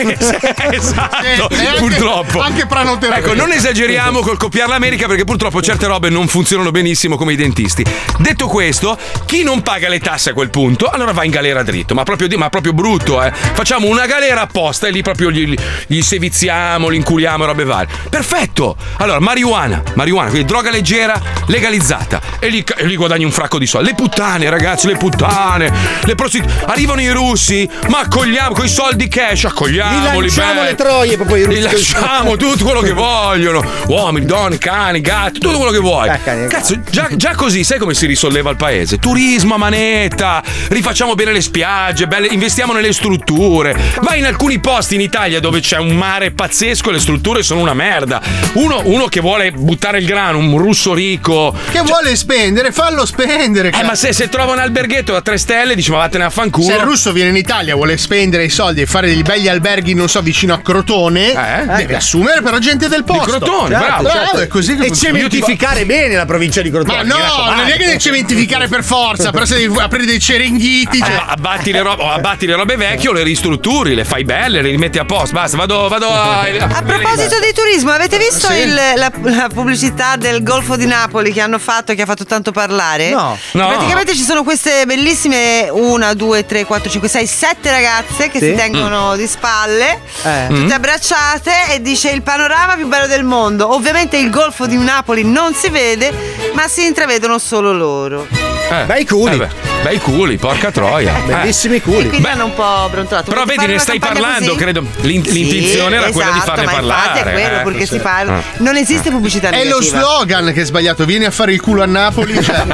Sì, esatto. Purtroppo. Anche pranoterapia. Ecco, non esageriamo col copiare l'America, perché purtroppo certe robe non funzionano benissimo come i dentisti. Detto questo, chi non paga le tasse a quel punto, allora va in galera dritto, ma proprio brutto, Facciamo una galera apposta e lì proprio gli seviziamo, li inculiamo e robe varie. Perfetto! Allora, marijuana, quindi droga leggera legalizzata, e lì guadagni un fracco di soldi. Le puttane, ragazzi, le prostitute. Arrivano i russi, Ma accogliamo coi soldi cash, accogliamoli. Li lanciamo le troie, proprio li lasciamo tutto quello che vogliono. Uomini, donne, cani, gatti, tutto quello che vuoi. Cazzo, già così sai come si risolleva il paese? Turismo a manetta, rifacciamo bene le spiagge, investiamo nelle strutture. Vai in alcuni posti in Italia dove c'è un mare pazzesco e le strutture sono una merda. Uno che vuole buttare il grano, un russo ricco che vuole spendere, fallo spendere. Ma se trova un alberghetto da 3 stelle, dice ma vattene a fanculo. Se il russo viene in Italia, vuole spendere i soldi e fare dei belli alberghi, non so, vicino a Crotone, deve assumere però gente del posto. Di Crotone, bravo. È così che e cementificare bene la provincia di Crotone. Ma no, non è che devi cementificare per forza, però se devi aprire dei cerenghiti. Abbatti le robe vecchie o le ristrutturi, le fai belle, le rimetti a posto. Basta, vado a proposito di turismo, avete visto la pubblicità del Golfo di Napoli che hanno fatto, che ha fatto tanto parlare? No. Praticamente ci sono queste bellissime 1, 2, 3, 4, 5, 6, 7 ragazze che si tengono di spalle, tutte abbracciate, e dice il panorama più bello del mondo. Ovviamente il Golfo di Napoli non si vede, ma si intravedono solo loro. Bei culi. Bei culi, porca troia. Bellissimi culi. E quindi hanno un po' brontolato. Però vedi, ne stai parlando, così? Credo. L'intenzione era quella di farne parlare. Infatti è quello, perché si parla. Non esiste pubblicità negativa. È lo slogan che è sbagliato. Vieni a fare il culo a Napoli. Cioè,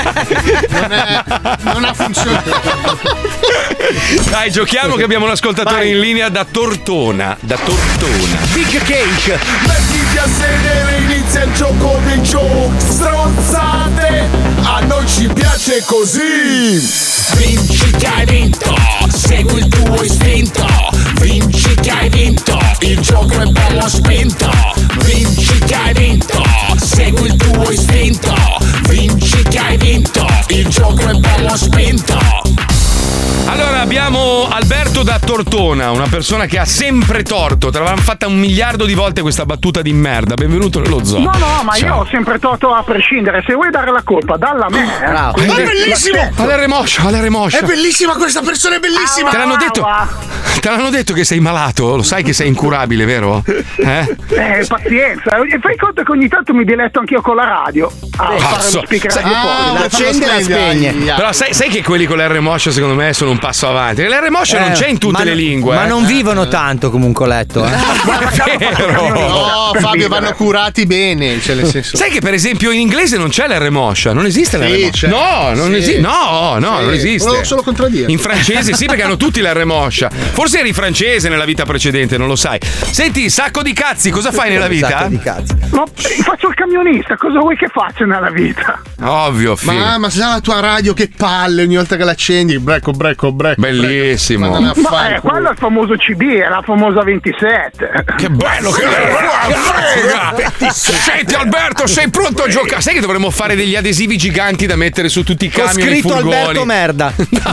non ha funzionato. Dai, giochiamo che abbiamo un ascoltatore in linea da Tortona. Big Cake. Mettiti a sedere, inizia il gioco dei giochi. Stronzate, a noi ci piace così. Vinci che hai vinto, segui il tuo istinto. Vinci che hai vinto, il gioco è bello spinto. Vinci che hai vinto, segui il tuo istinto. Vinci che hai vinto, il gioco è bello spinto. Allora abbiamo Alberto da Tortona, una persona che ha sempre torto. Te l'avevamo fatta 1 miliardo di volte questa battuta di merda. Benvenuto nello zoo. No, ma io ho sempre torto a prescindere. Se vuoi dare la colpa, dalla a me. Bravo. Ma è bellissimo! All'R-Moscia. È bellissima questa persona, è bellissima! Te l'hanno detto che sei malato? Lo sai che sei incurabile, vero? Pazienza. E fai conto che ogni tanto mi diletto anch'io con la radio. Fare lo speaker radiofonico. La accende e la spegne. Però sai che quelli con l'R-Moscia secondo me sono un passo avanti. L'R-Moscia non c'è in tutte le lingue. Ma non vivono tanto comunque, ho letto. No, Fabio, vanno curati bene. Cioè, nel senso. Sai che per esempio in inglese non c'è l'R-Moscia? Non esiste l'R-Moscia. No, non esiste. No, non esiste. Volevo solo contraddire. In francese sì, perché hanno tutti l'R-Moscia. Forse eri francese nella vita precedente, non lo sai. Senti, sacco di cazzi, cosa fai nella vita? Sacco di cazzi. Ma faccio il camionista, cosa vuoi che faccia nella vita? Ovvio, figo. Ma sai la tua radio che palle ogni volta che l'accendi? Brecco. Bellissimo. Ma quello è il famoso CB, è la famosa 27. Che bello che è! Senti Alberto, sei pronto a giocare? Sai che dovremmo fare degli adesivi giganti da mettere su tutti i camion? Ho scritto Alberto merda.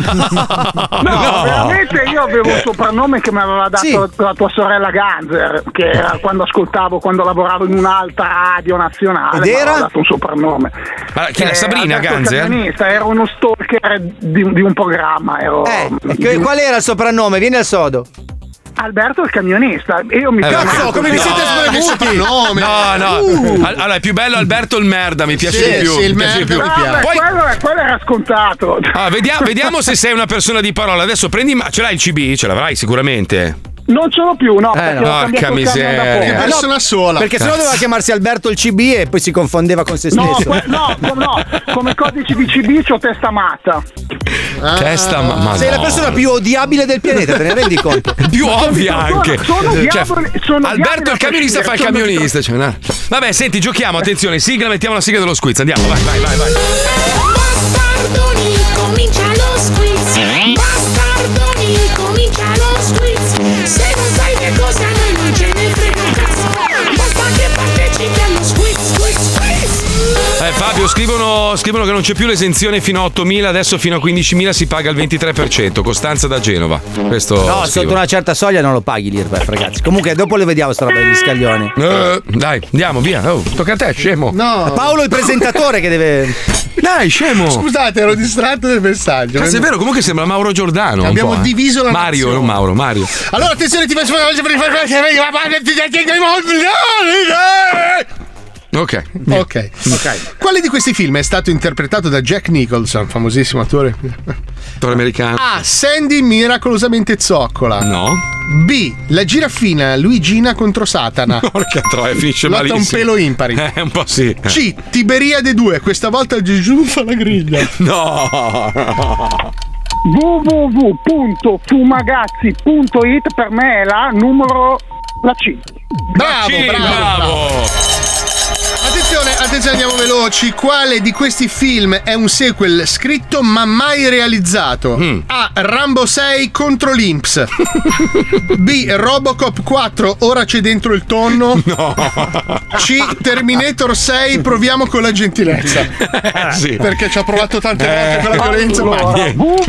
No, veramente io avevo un soprannome che mi aveva dato la tua sorella Ganzer, che era quando lavoravo in un'alta radio nazionale. Ed era? Mi aveva dato un soprannome. Ma chi è? Sabrina Ganzer? Era uno stalker di un programma. Qual era il soprannome? Vieni al sodo. Alberto il camionista. E io mi cazzo, come vi siete spremuti? No. Allora è più bello Alberto il merda, mi piace di più. Sì, il merda mi piace. Poi quello era scontato. Vediamo se sei una persona di parola. Adesso ce l'hai il CB? Ce l'avrai sicuramente. Non ce l'ho più, no. Perché ho porca miseria. Che persona sola. Perché sennò doveva chiamarsi Alberto il CB e poi si confondeva con se stesso. No, come codice di CB c'ho testa matta. Testa ma sei la persona più odiabile del pianeta, te ne rendi conto? Più ovvia anche. Sono Alberto il camionista fa il camionista. Vabbè, senti, giochiamo, attenzione, sigla, mettiamo la sigla dello squiz. Andiamo, vai. Bastardoni, comincia lo squiz. Bastardoni, comincia lo squiz. Se non sai che cosa noi non ce ne frega un cazzo. Basta che partecipi allo squiz. Fabio, scrivono che non c'è più l'esenzione fino a 8.000, adesso fino a 15.000 si paga il 23%. Costanza da Genova. Questo no, sotto una certa soglia non lo paghi l'IRPEF, ragazzi. Comunque dopo le vediamo sta roba degli scaglioni. Dai, andiamo, via. Tocca a te, scemo. No. Paolo il presentatore che deve. Dai, scemo. Scusate, ero distratto del messaggio. Cazzo, è vero, comunque sembra Mauro Giordano. Abbiamo diviso la Mario, nazione. non Mario. Allora, attenzione, ti faccio Ok. Quale di questi film è stato interpretato da Jack Nicholson, famosissimo attore americano? A. Sandy miracolosamente zoccola. No. B. La giraffina Luigina contro Satana. Porca troia, finisce lotta malissimo. un pelo impari. Un po' sì. C. Tiberiade 2, questa volta Gesù fa la griglia. No. www.fumagazzi.it per me è la C. Bravo. Attenzione, andiamo veloci. Quale di questi film è un sequel scritto ma mai realizzato? A. Rambo 6 contro l'Inps. B. Robocop 4, ora c'è dentro il tonno. No. C. Terminator 6, proviamo con la gentilezza. Sì. Perché ci ha provato tante volte con la violenza. Allora,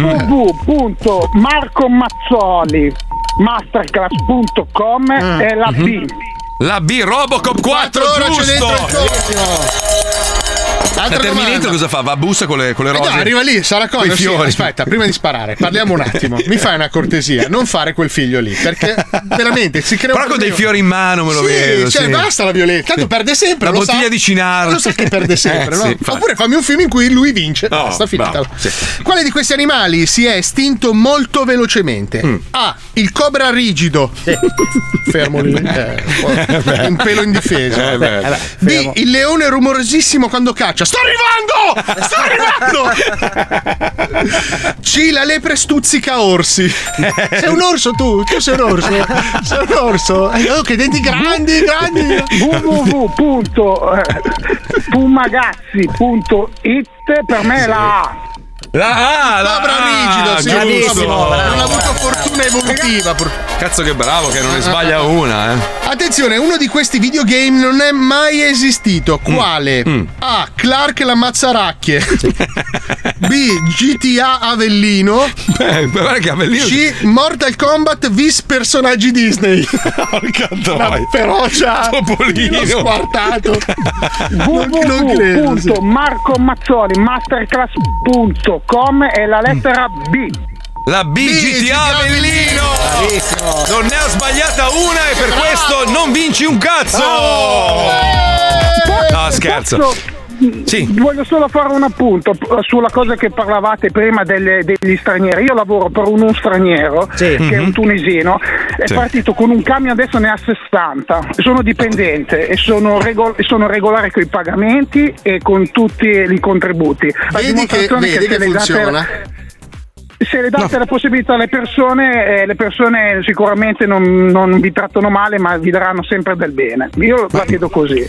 www.marcomazzolimasterclass.com è la B. La B, Robocop 4, giusto! Terminator cosa fa? Va a bussa con le rose? No, arriva lì, sarà cosa? Sì, fiori. aspetta, prima di sparare, parliamo un attimo. Mi fai una cortesia, non fare quel figlio lì, perché veramente si crea però con dei fiori in mano me lo vedo. Cioè, basta la violenza. Tanto perde sempre. La bottiglia di Cinaro. Lo sa che perde sempre, no? Sì, oppure fammi un film in cui lui vince. No, basta, finita. Sì. Quale di questi animali si è estinto molto velocemente? A. Il cobra rigido. Fermo lì. Un pelo indifeso. B. Il leone rumorosissimo quando caccia. Sto arrivando! C. La lepre stuzzica orsi. Sei un orso tu? Tu sei un orso? Sei un orso? Oh, che denti grandi! www.fumagazzi.it per me è la A. Cobra rigido, sì, giusto. Non ha avuto fortuna evolutiva. Cazzo che bravo che non ne sbaglia una, Attenzione, uno di questi videogame non è mai esistito. Quale? A. Clark la mazzaracchie. B. GTA Avellino. Guarda che Avellino. C. Mortal Kombat vis personaggi Disney. Porca troia. Ferocia. Topolino. Squartato. www.marcomazzolimasterclass.com è la lettera B. La B, GTA Avellino. Non ne ha sbagliata una e per questo non vinci un cazzo. No, scherzo. Sì. Voglio solo fare un appunto sulla cosa che parlavate prima degli stranieri. Io lavoro per uno straniero che è un tunisino, è partito con un camion, adesso ne ha 60. Sono dipendente e sono regolare con i pagamenti e con tutti i contributi. Vedi che funziona. Se le date la possibilità alle persone, le persone sicuramente non vi trattano male, ma vi daranno sempre del bene. Io la vedo così.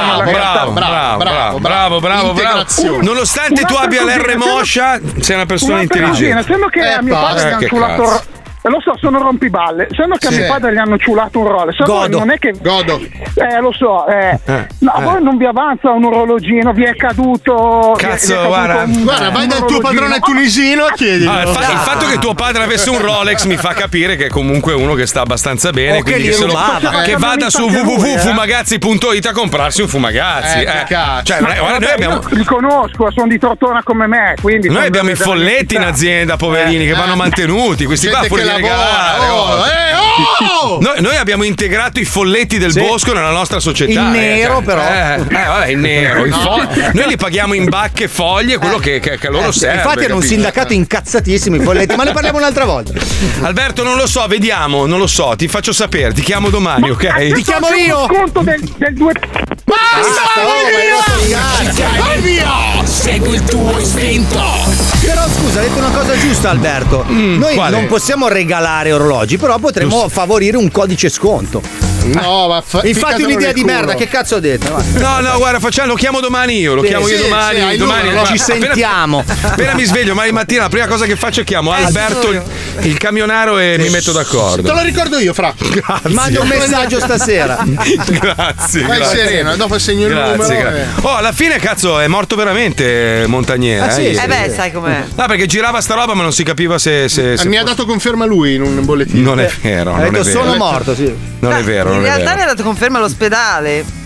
Bravo. Nonostante tu abbia l'R moscia, sei una persona intelligente. Sembra che a mio padre gli hanno ciulato. Lo so, sono rompiballe. Sembra che a mio padre gli hanno ciulato un Rolex. Non è che. Godo. Lo so. No, a voi non vi avanza un orologino, vi è caduto. Cazzo, guarda, vai dal tuo padrone tunisino e chiedilo. Il fatto che tuo padre avesse un Rolex mi fa capire che è comunque uno che sta abbastanza bene. Quindi che vada su www.fumagazzi.it a comprarsi un Fumagazzi. Cioè, noi abbiamo. Li conosco, sono di Tortona come me. Quindi noi abbiamo i folletti in azienda, poverini, che vanno mantenuti. Questi qua fuori di regalare. Noi abbiamo integrato i folletti del bosco nella nostra società. In nero, però. Vabbè, in nero. Noi li paghiamo in bacche e foglie, quello che a loro serve. Infatti hanno un sindacato incazzatissimo i folletti, ma ne parliamo un'altra volta. Alberto, non lo so, vediamo, non lo so, ti faccio sapere, ti chiamo domani, ok? Ti chiamo io! Conto del 2. Basta, vai via! Segui il tuo istinto! Però scusa, hai detto una cosa giusta, Alberto. Noi non possiamo regalare orologi, però potremmo favorire un codice sconto. No, ma infatti un'idea di merda, che cazzo ho detto? No, guarda, lo chiamo domani io, domani. Domani ci sentiamo. Appena mi sveglio, domani mattina, la prima cosa che faccio è chiamo Alberto, il camionaro, e mi metto d'accordo. Te lo ricordo io, Fra. Grazie. Mando un messaggio stasera. Grazie. Vai sereno, dopo segno il numero. Alla fine, cazzo, è morto veramente Montagnier. Sai com'è. No, perché girava sta roba, ma non si capiva se mi ha dato conferma lui in un bollettino. Non è vero. Ha detto sono morto, sì. Non è vero. In realtà mi ha dato conferma all'ospedale.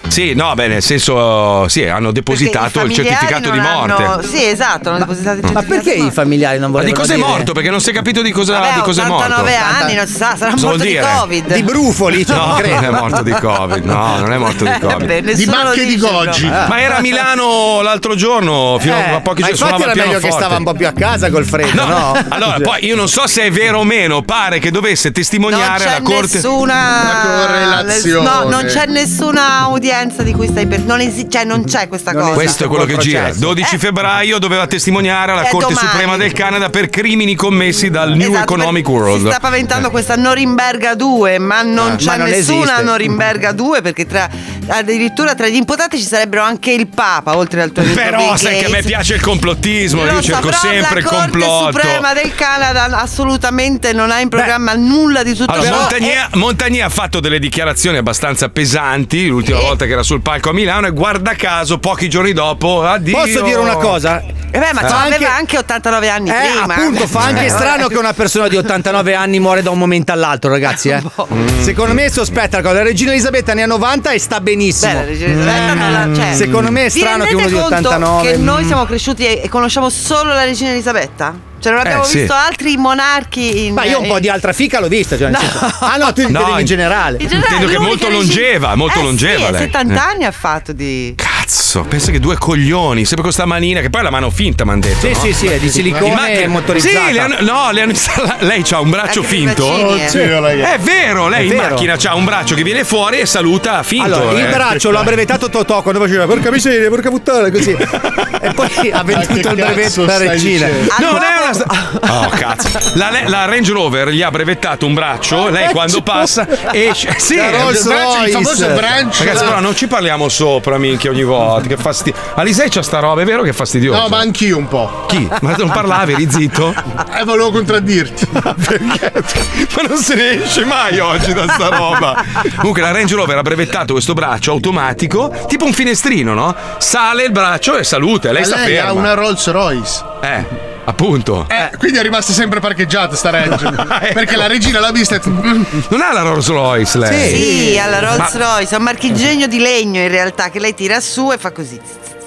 Sì, no, beh, nel senso, sì, hanno depositato il certificato di morte. Sì, esatto, hanno depositato il certificato. Ma perché i familiari non Ma volevano di cosa dire? è morto? Perché non si è capito di cosa, Vabbè, di cosa è morto. 89 anni, non si sa, sarà Cosa morto vuol di dire? Covid. Di brufoli, cioè, No, non credo. non è morto di Covid. No, non è morto di Covid. Beh, Di bacche di Goggi. Ma era a Milano l'altro giorno, fino a pochi Ma giorni. infatti era meglio che pianoforte. stava un po' più a casa col freddo, no? Allora, poi io non so se è vero o meno, pare che dovesse testimoniare non c'è alla corte. nessuna correlazione. No, non c'è nessuna udienza di cui stai per. Cioè, non c'è questa cosa. Questo è quello che gira. 12 febbraio doveva testimoniare alla Corte domani. Suprema del Canada per crimini commessi dal New Esatto, Economic Si World. sta paventando questa Norimberga 2, ma non c'è ma non nessuna esiste. Norimberga 2 perché addirittura tra gli imputati ci sarebbero anche il Papa, oltre al tuo amico Però Bill sai che a me Gates. piace il complottismo, Lo io so, cerco però sempre il la Corte complotto. Suprema del Canada assolutamente non ha in programma nulla di tutto Allora, ciò. Montagnier ha fatto delle dichiarazioni abbastanza pesanti l'ultima volta che era sul palco a Milano e guarda caso pochi giorni dopo addio. Posso dire una cosa? Ma Fa aveva anche 89 anni prima. Appunto, fa anche strano che una persona di 89 anni muore da un momento all'altro, ragazzi. Secondo me è sospetta la cosa. La regina Elisabetta ne ha 90 e sta benissimo. Beh, la regina Elisabetta non la c'è. Secondo me è strano che uno di 89. Che noi siamo cresciuti e conosciamo solo la regina Elisabetta? Cioè non abbiamo sì. visto altri monarchi Ma io un po' di altra fica l'ho vista. Cioè, nel senso- Ah no, tu intendi in generale. Intendo che è molto longeva, molto longeva sì, lei. 70 anni ha fatto di. Cazzo, pensa che due coglioni, sempre con sta manina, che poi è la mano finta, m'han detto. Sì, no? sì, sì, è di silicone motorizzata. Sì, le hanno installato. Lei c'ha un braccio Anche finto. i bacini, Sì. È vero, lei È in vero. macchina c'ha un braccio che viene fuori e saluta finto. Allora, il braccio l'ha brevettato Totò quando faceva porca miseria, porca puttana, così. E poi ha venduto il brevetto alla regina. Non è una. Oh, cazzo. La Range Rover gli ha brevettato un braccio, lei quando passa esce. Sì, La Rolls Royce. Il famoso branch. Ragazzi, però non ci parliamo sopra, minchia, ogni volta. Che fastidio. Alisei c'ha sta roba, è vero che è fastidioso? No, ma anch'io un po'. Chi? Ma non parlavi, eri zitto? Volevo contraddirti. Perché? Ma non se ne esce mai oggi da sta roba. Comunque la Range Rover ha brevettato questo braccio automatico, tipo un finestrino, no? Sale il braccio e salute, lei Ma sta lei ferma. ha una Rolls Royce. Appunto. Quindi è rimasta sempre parcheggiata sta Range. Perché la regina l'ha vista e non ha la Rolls Royce lei? Sì, alla Rolls Royce, è un marchingegno di legno in realtà che lei tira su e fa così.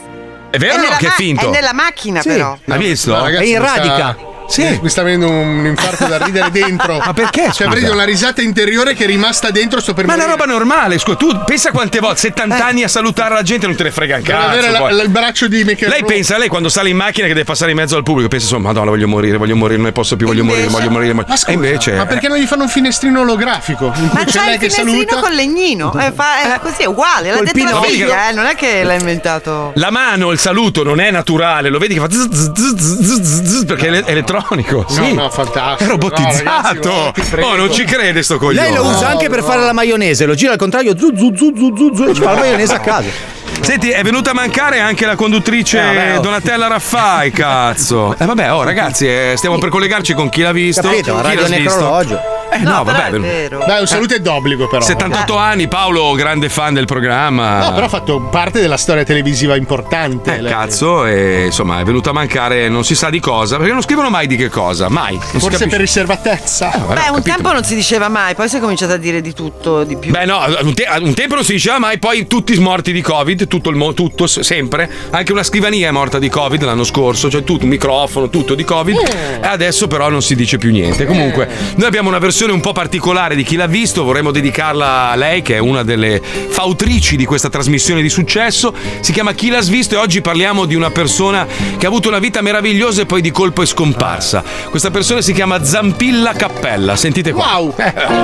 È vero o no che è finto? È nella macchina Sì. però. Hai visto? No, ragazzi, È in mi sta- radica. Sì. Mi sta venendo un infarto da ridere dentro. Ma perché? Cioè, scusa? prendo una risata interiore che è rimasta dentro. Sto per Ma è una morire. roba normale, scusa, tu pensa quante volte 70 anni a salutare la gente non te ne frega un Per cazzo. avere poi. il braccio di Michael Lei Rowe. pensa, lei quando sale in macchina che deve passare in mezzo al pubblico, pensa insomma, Madonna, voglio morire, non ne posso più, voglio morire. Ma scusa, E invece. ma perché non gli fanno un finestrino olografico? In cui Ma c'è c'è lei il che finestrino saluta. con legnino. È così, è uguale. L'ha Col detto la pino- figlia, non è che l'ha inventato. La mano, il saluto non è naturale, lo vedi che fa zzz, zzz, zzz, zzz, zzz, perché è elettronico. Sì. No, fantastico. È robotizzato. No, ragazzi, ti prego. Oh, non ci crede sto coglione. Lei lo usa anche per fare la maionese, lo gira al contrario, zu zu zu zu zu zu, e ci fa la maionese a casa. Senti, è venuta a mancare anche la conduttrice vabbè, oh. Donatella Raffai, cazzo. Vabbè, oh ragazzi, stiamo per collegarci con chi l'ha visto. Capito, Chi radio l'ha visto? necrologio. No, però vabbè. è vero. Dai, un saluto è d'obbligo, però. 78 anni, Paolo, grande fan del programma. No, però ha fatto parte della storia televisiva importante. lei. Cazzo, e insomma è venuta a mancare non si sa di cosa, perché non scrivono mai di che cosa, mai. Non si Forse capisce. per riservatezza. Beh, un tempo non si diceva mai, poi si è cominciato a dire di tutto, di più. Beh no, un tempo non si diceva mai, poi tutti morti di Covid, tutto sempre, anche una scrivania è morta di Covid l'anno scorso, cioè tutto, un microfono, tutto di Covid, e adesso però non si dice più niente. Comunque, noi abbiamo una versione un po' particolare di Chi l'ha visto, vorremmo dedicarla a lei che è una delle fautrici di questa trasmissione di successo, si chiama Chi l'ha svisto e oggi parliamo di una persona che ha avuto una vita meravigliosa e poi di colpo è scomparsa. Questa persona si chiama Zampilla Cappella, sentite qua. Wow.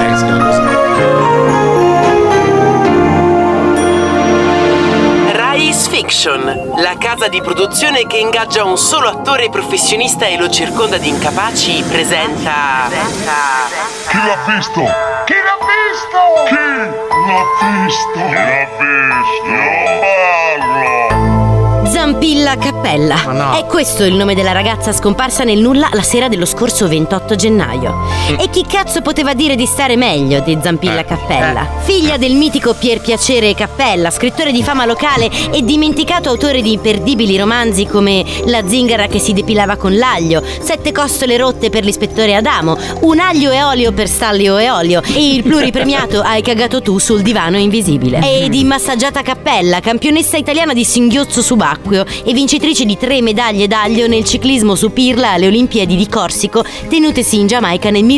Rise Fiction, la casa di produzione che ingaggia un solo attore professionista e lo circonda di incapaci, presenta. Chi l'ha visto? Chi l'ha visto? Chi l'ha visto? Chi l'ha visto? Non parlo! Zampilla Cappella. no. È questo il nome della ragazza scomparsa nel nulla la sera dello scorso 28 gennaio. E chi cazzo poteva dire di stare meglio di Zampilla Cappella? Figlia del mitico Pier Piacere Cappella, scrittore di fama locale e dimenticato autore di imperdibili romanzi come La zingara che si depilava con l'aglio, 7 costole rotte per l'ispettore Adamo, Un aglio e olio per Stallio e Olio e il pluripremiato Hai cagato tu sul divano invisibile. E di Massaggiata Cappella, campionessa italiana di singhiozzo subacqueo e vincitrice di 3 medaglie d'aglio nel ciclismo su pirla alle Olimpiadi di Corsico tenutesi in Giamaica nel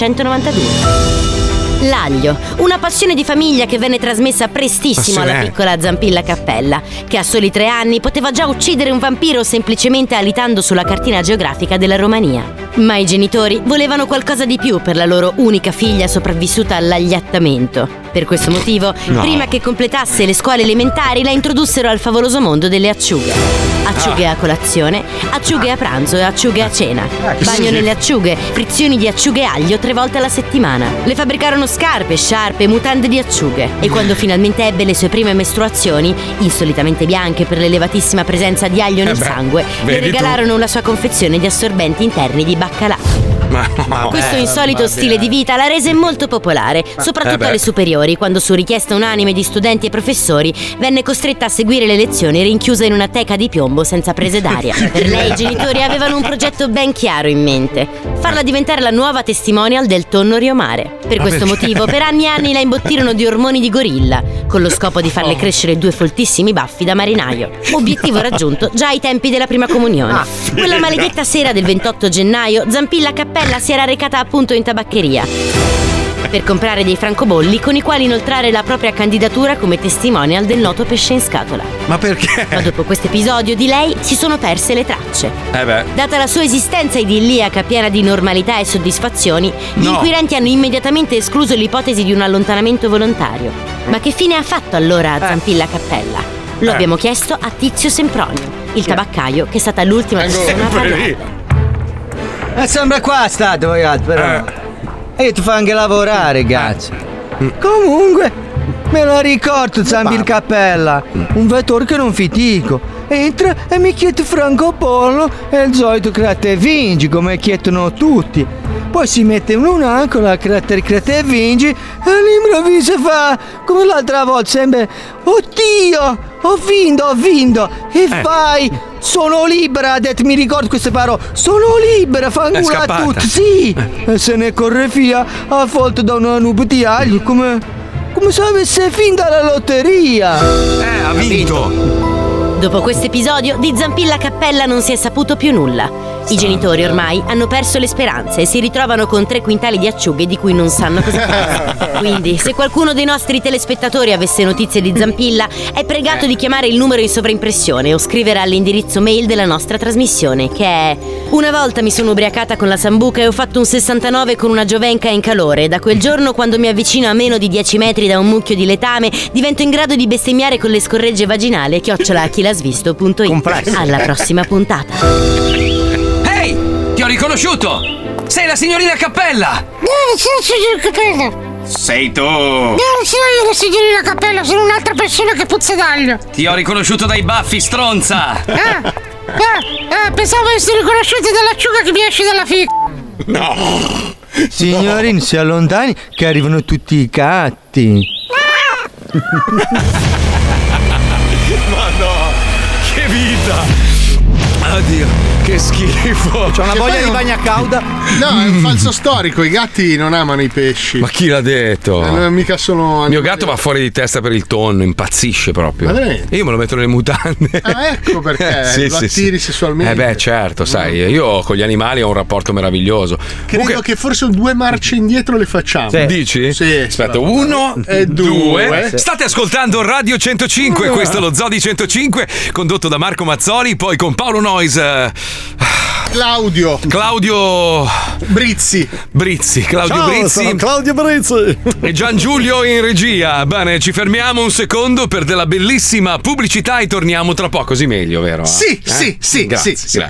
1992. L'aglio, una passione di famiglia che venne trasmessa prestissimo alla piccola Zampilla Cappella, che a soli 3 anni poteva già uccidere un vampiro semplicemente alitando sulla cartina geografica della Romania. Ma i genitori volevano qualcosa di più per la loro unica figlia sopravvissuta all'agliattamento. Per questo motivo, prima che completasse le scuole elementari, la introdussero al favoloso mondo delle acciughe. Acciughe a colazione, acciughe a pranzo e acciughe a cena. Bagno nelle acciughe, frizioni di acciughe aglio 3 volte alla settimana. Le fabbricarono scarpe, sciarpe e mutande di acciughe. E quando finalmente ebbe le sue prime mestruazioni, insolitamente bianche per l'elevatissima presenza di aglio nel sangue, le regalarono la sua confezione di assorbenti interni di baccalà. Questo insolito stile di vita la rese molto popolare, soprattutto alle superiori, quando su richiesta unanime di studenti e professori venne costretta a seguire le lezioni rinchiusa in una teca di piombo senza prese d'aria. Per lei i genitori avevano un progetto ben chiaro in mente: farla diventare la nuova testimonial del tonno riomare. Per questo motivo per anni e anni la imbottirono di ormoni di gorilla, con lo scopo di farle crescere 2 foltissimi baffi da marinaio. Obiettivo raggiunto già ai tempi della prima comunione. Quella maledetta sera del 28 gennaio Zampilla Cappella si era recata appunto in tabaccheria per comprare dei francobolli con i quali inoltrare la propria candidatura come testimonial del noto pesce in scatola. Ma perché? Ma dopo questo episodio di lei si sono perse le tracce. Data la sua esistenza idilliaca piena di normalità e soddisfazioni, gli inquirenti hanno immediatamente escluso l'ipotesi di un allontanamento volontario. Ma che fine ha fatto allora Zampilla Cappella? Lo abbiamo chiesto a Tizio Sempronio, il tabaccaio che è stata l'ultima persona a parlare. Sembra qua state voi altri, però. E io ti fa anche lavorare, ragazzi. Comunque, me la ricordo Zampilla Cappella, un vettore che non fitico. Entra e mi chiede Franco e il solito crate e vinci, come chiedono tutti. Poi si mette in un'ancola, crate e vinci, e all'improvviso fa come l'altra volta, sempre: oddio, ho vinto, e vai! Sono libera, ha detto, mi ricordo queste parole. Sono libera, fanculo a tutti, sì. E se ne corre via, avvolto da una nube di aglio, come se avesse vinto la lotteria. Ha vinto. Dopo questo episodio di Zampilla Cappella non si è saputo più nulla. I genitori ormai hanno perso le speranze e si ritrovano con 3 quintali di acciughe di cui non sanno cosa fare. Quindi, se qualcuno dei nostri telespettatori avesse notizie di Zampilla, è pregato di chiamare il numero in sovraimpressione o scrivere all'indirizzo mail della nostra trasmissione, che è: una volta mi sono ubriacata con la sambuca e ho fatto un 69 con una giovenca in calore. Da quel giorno, quando mi avvicino a meno di 10 metri da un mucchio di letame, divento in grado di bestemmiare con le scorregge vaginali. @chilasvisto.it. Alla prossima puntata. Ti ho riconosciuto! Sei la signorina Cappella! No, non sono la signorina Cappella! Sei tu! No, non sono io la signorina Cappella, sono un'altra persona che puzza d'aglio! Ti ho riconosciuto dai baffi, stronza! Pensavo essere riconosciuto dall'acciuga che mi esce dalla fica! No! Signorini, si allontani che arrivano tutti i catti! Ma no! Che vita! Oddio, che schifo! C'ho una voglia di bagna cauda. No, è un falso storico, i gatti non amano i pesci. Ma chi l'ha detto? Mica sono. Il mio gatto va fuori di testa per il tonno, impazzisce proprio. Ma veramente? Io me lo metto nelle mutande. Ah, ecco perché lo attiri sessualmente. Certo, sai, io con gli animali ho un rapporto meraviglioso. Credo che forse 2 marce indietro le facciamo. Sì. Dici? Sì. Aspetta, 1 e 2. Sì. State ascoltando Radio 105, questo è lo Zoo di 105, condotto da Marco Mazzoli, poi con Paolo Noise. Claudio Brizzi. Ciao, sono Claudio Brizzi e Gian Giulio in regia. Bene, ci fermiamo un secondo per della bellissima pubblicità e torniamo tra poco, così meglio, vero? Sì. Grazie.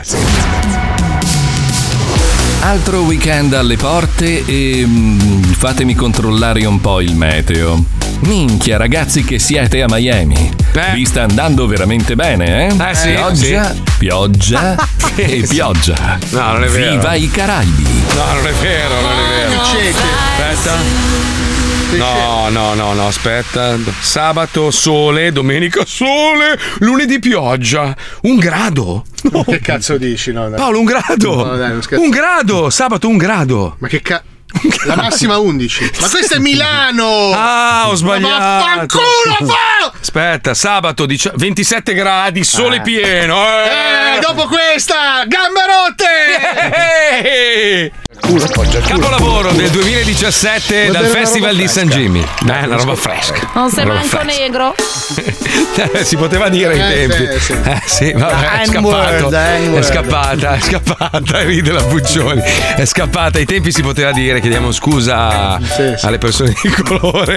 Altro weekend alle porte e fatemi controllare un po' il meteo. Minchia, ragazzi, che siete a Miami. Vi sta andando veramente bene, eh? Sì, pioggia, sì. pioggia e pioggia. No, non è vero. Viva i Caraibi. No, non è vero, non è vero. Aspetta. No, aspetta. Sabato sole, domenica sole, lunedì pioggia. 1 grado. No. Che cazzo dici? No, dai. Paolo, 1 grado. No, dai, non scherzo. 1 grado, sabato 1 grado. Ma che cazzo? La massima 11. Ma questo è Milano! Ah, ho sbagliato. Ma vaffanculo, Aspetta, sabato 27 gradi, sole pieno. Dopo questa, gambe rotte! Capolavoro del 2017 dal Festival di San Jimmy. Una roba fresca. Non sei manco negro. Si poteva dire ai tempi. Sì, vabbè, è scappata, ride la Puccioni. È scappata, ai tempi si poteva dire, chiediamo scusa alle persone di colore.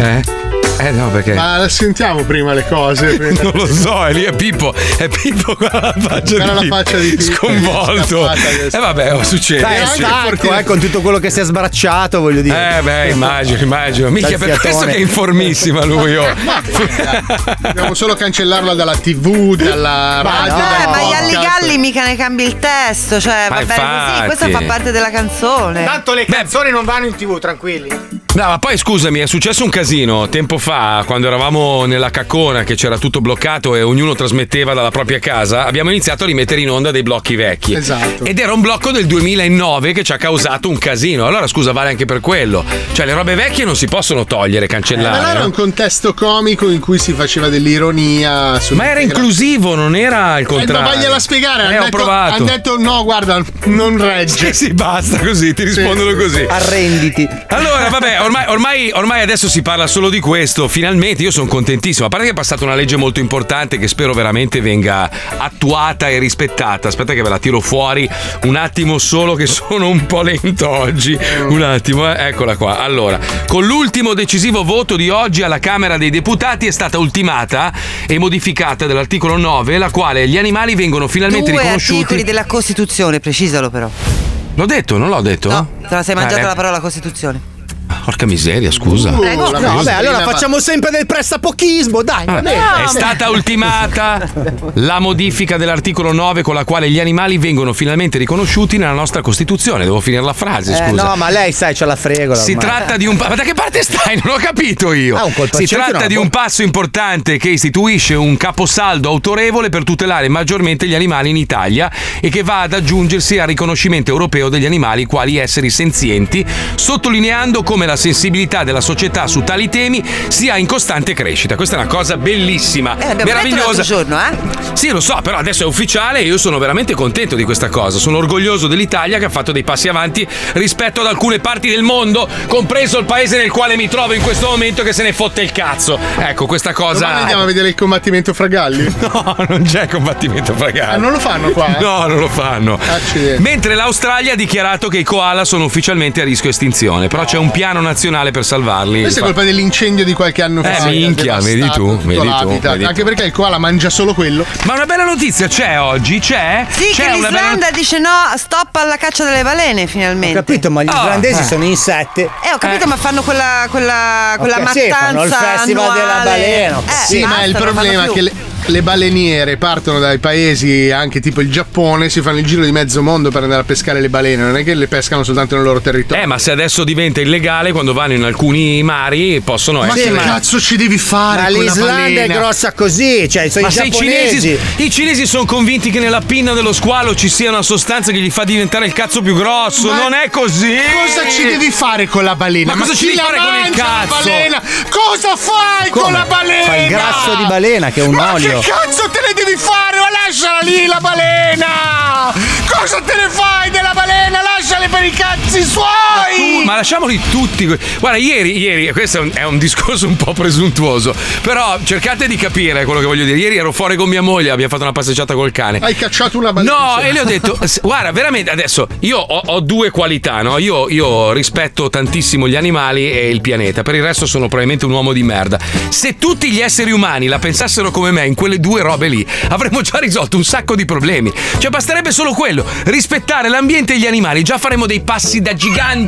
No, perché? Ma sentiamo prima le cose. Non lo so, è lì, è Pippo con la faccia di Pippo. Sconvolto. Vabbè, succede. Dai, è stanco, con tutto quello che si è sbracciato, voglio dire. Immagino. Mica per questo che è informissima lui. Dobbiamo solo cancellarla dalla TV, dalla radio. Ma gli Alligalli mica ne cambi il testo, cioè va bene così, questo fa parte della canzone. Tanto le canzoni non vanno in TV, tranquilli. No, ma poi scusami, è successo un casino tempo fa, quando eravamo nella caccona, che c'era tutto bloccato e ognuno trasmetteva dalla propria casa. Abbiamo iniziato a rimettere in onda dei blocchi vecchi. Esatto. Ed era un blocco del 2009 che ci ha causato un casino. Allora scusa, vale anche per quello. Cioè le robe vecchie non si possono togliere, cancellare. Ma era un contesto comico in cui si faceva dell'ironia. Ma era inclusivo, non era il contrario. Ma vagliela spiegare. Ho provato. Hanno detto no, guarda, non regge. Sì, basta così, ti rispondono così. Arrenditi. Allora, vabbè, ormai adesso si parla solo di questo. Finalmente io sono contentissimo. A parte che è passata una legge molto importante che spero veramente venga attuata e rispettata. Aspetta che ve la tiro fuori un attimo solo, che sono un po' lento oggi. Un attimo, eccola qua. Allora, con l'ultimo decisivo voto di oggi alla Camera dei Deputati è stata ultimata e modificata dell'articolo 9, la quale gli animali vengono finalmente 2 riconosciuti. articoli della Costituzione, precisalo però. L'ho detto, non l'ho detto? No, te la sei mangiata la parola Costituzione. Porca miseria, scusa. Prego. No, vabbè, allora facciamo sempre del pressapochismo, dai. È stata ultimata la modifica dell'articolo 9 con la quale gli animali vengono finalmente riconosciuti nella nostra Costituzione. Devo finire la frase, scusa. No, ma lei sai, c'ha la fregola. Si tratta di un ma da che parte stai? Non ho capito io. Si tratta di un passo importante che istituisce un caposaldo autorevole per tutelare maggiormente gli animali in Italia e che va ad aggiungersi al riconoscimento europeo degli animali quali esseri senzienti, sottolineando come la sensibilità della società su tali temi sia in costante crescita. Questa è una cosa bellissima, meravigliosa. Giorno, Sì, lo so, però adesso è ufficiale e io sono veramente contento di questa cosa. Sono orgoglioso dell'Italia che ha fatto dei passi avanti rispetto ad alcune parti del mondo, compreso il paese nel quale mi trovo in questo momento, che se ne fotte il cazzo. Ecco, questa cosa. Domani andiamo a vedere il combattimento fra galli? No, non c'è combattimento fra galli. Non lo fanno qua? No, non lo fanno. Accidenti. Mentre l'Australia ha dichiarato che i koala sono ufficialmente a rischio estinzione, però c'è un piano nazionale per salvarli. Questa è colpa dell'incendio di qualche anno fa. Minchia, vedi tu. Anche perché il koala mangia solo quello. Ma una bella notizia c'è oggi, c'è? Sì, c'è che l'Islanda dice no, stop alla caccia delle balene finalmente. Ho capito, ma gli islandesi sono in 7. Ho capito, ma fanno quella mattanza. Sì, fanno il festival annuale. della balena. Sì, ma il problema è che le baleniere partono dai paesi anche tipo il Giappone, si fanno il giro di mezzo mondo per andare a pescare le balene, non è che le pescano soltanto nel loro territorio. Ma se adesso diventa illegale, quando vanno in alcuni mari possono essere. Ma che cazzo ci devi fare? Ma l'Islanda è grossa così, cioè sono i giapponesi. I cinesi sono convinti che nella pinna dello squalo ci sia una sostanza che gli fa diventare il cazzo più grosso. Non è così. Cosa ci devi fare con la balena? Ma cosa ci devi fare con il cazzo? Balena? Cosa fai con la balena? Fa il grasso di balena, che è un olio. Che cazzo te ne devi fare? Ma lasciala lì la balena! Cosa te ne fai della balena? Lasciale per i cazzi suoi! Ma lasciamoli tutti. Guarda, ieri questo è un discorso un po' presuntuoso, però cercate di capire quello che voglio dire. Ieri ero fuori con mia moglie, abbiamo fatto una passeggiata col cane. Hai cacciato una balena? No, e le ho detto, guarda, veramente adesso io ho 2 qualità, no? Io rispetto tantissimo gli animali e il pianeta, per il resto sono probabilmente un uomo di merda. Se tutti gli esseri umani la pensassero come me in quelle 2 robe lì, avremmo già risolto un sacco di problemi. Cioè basterebbe solo quello, rispettare l'ambiente e gli animali, già faremo dei passi da giganti.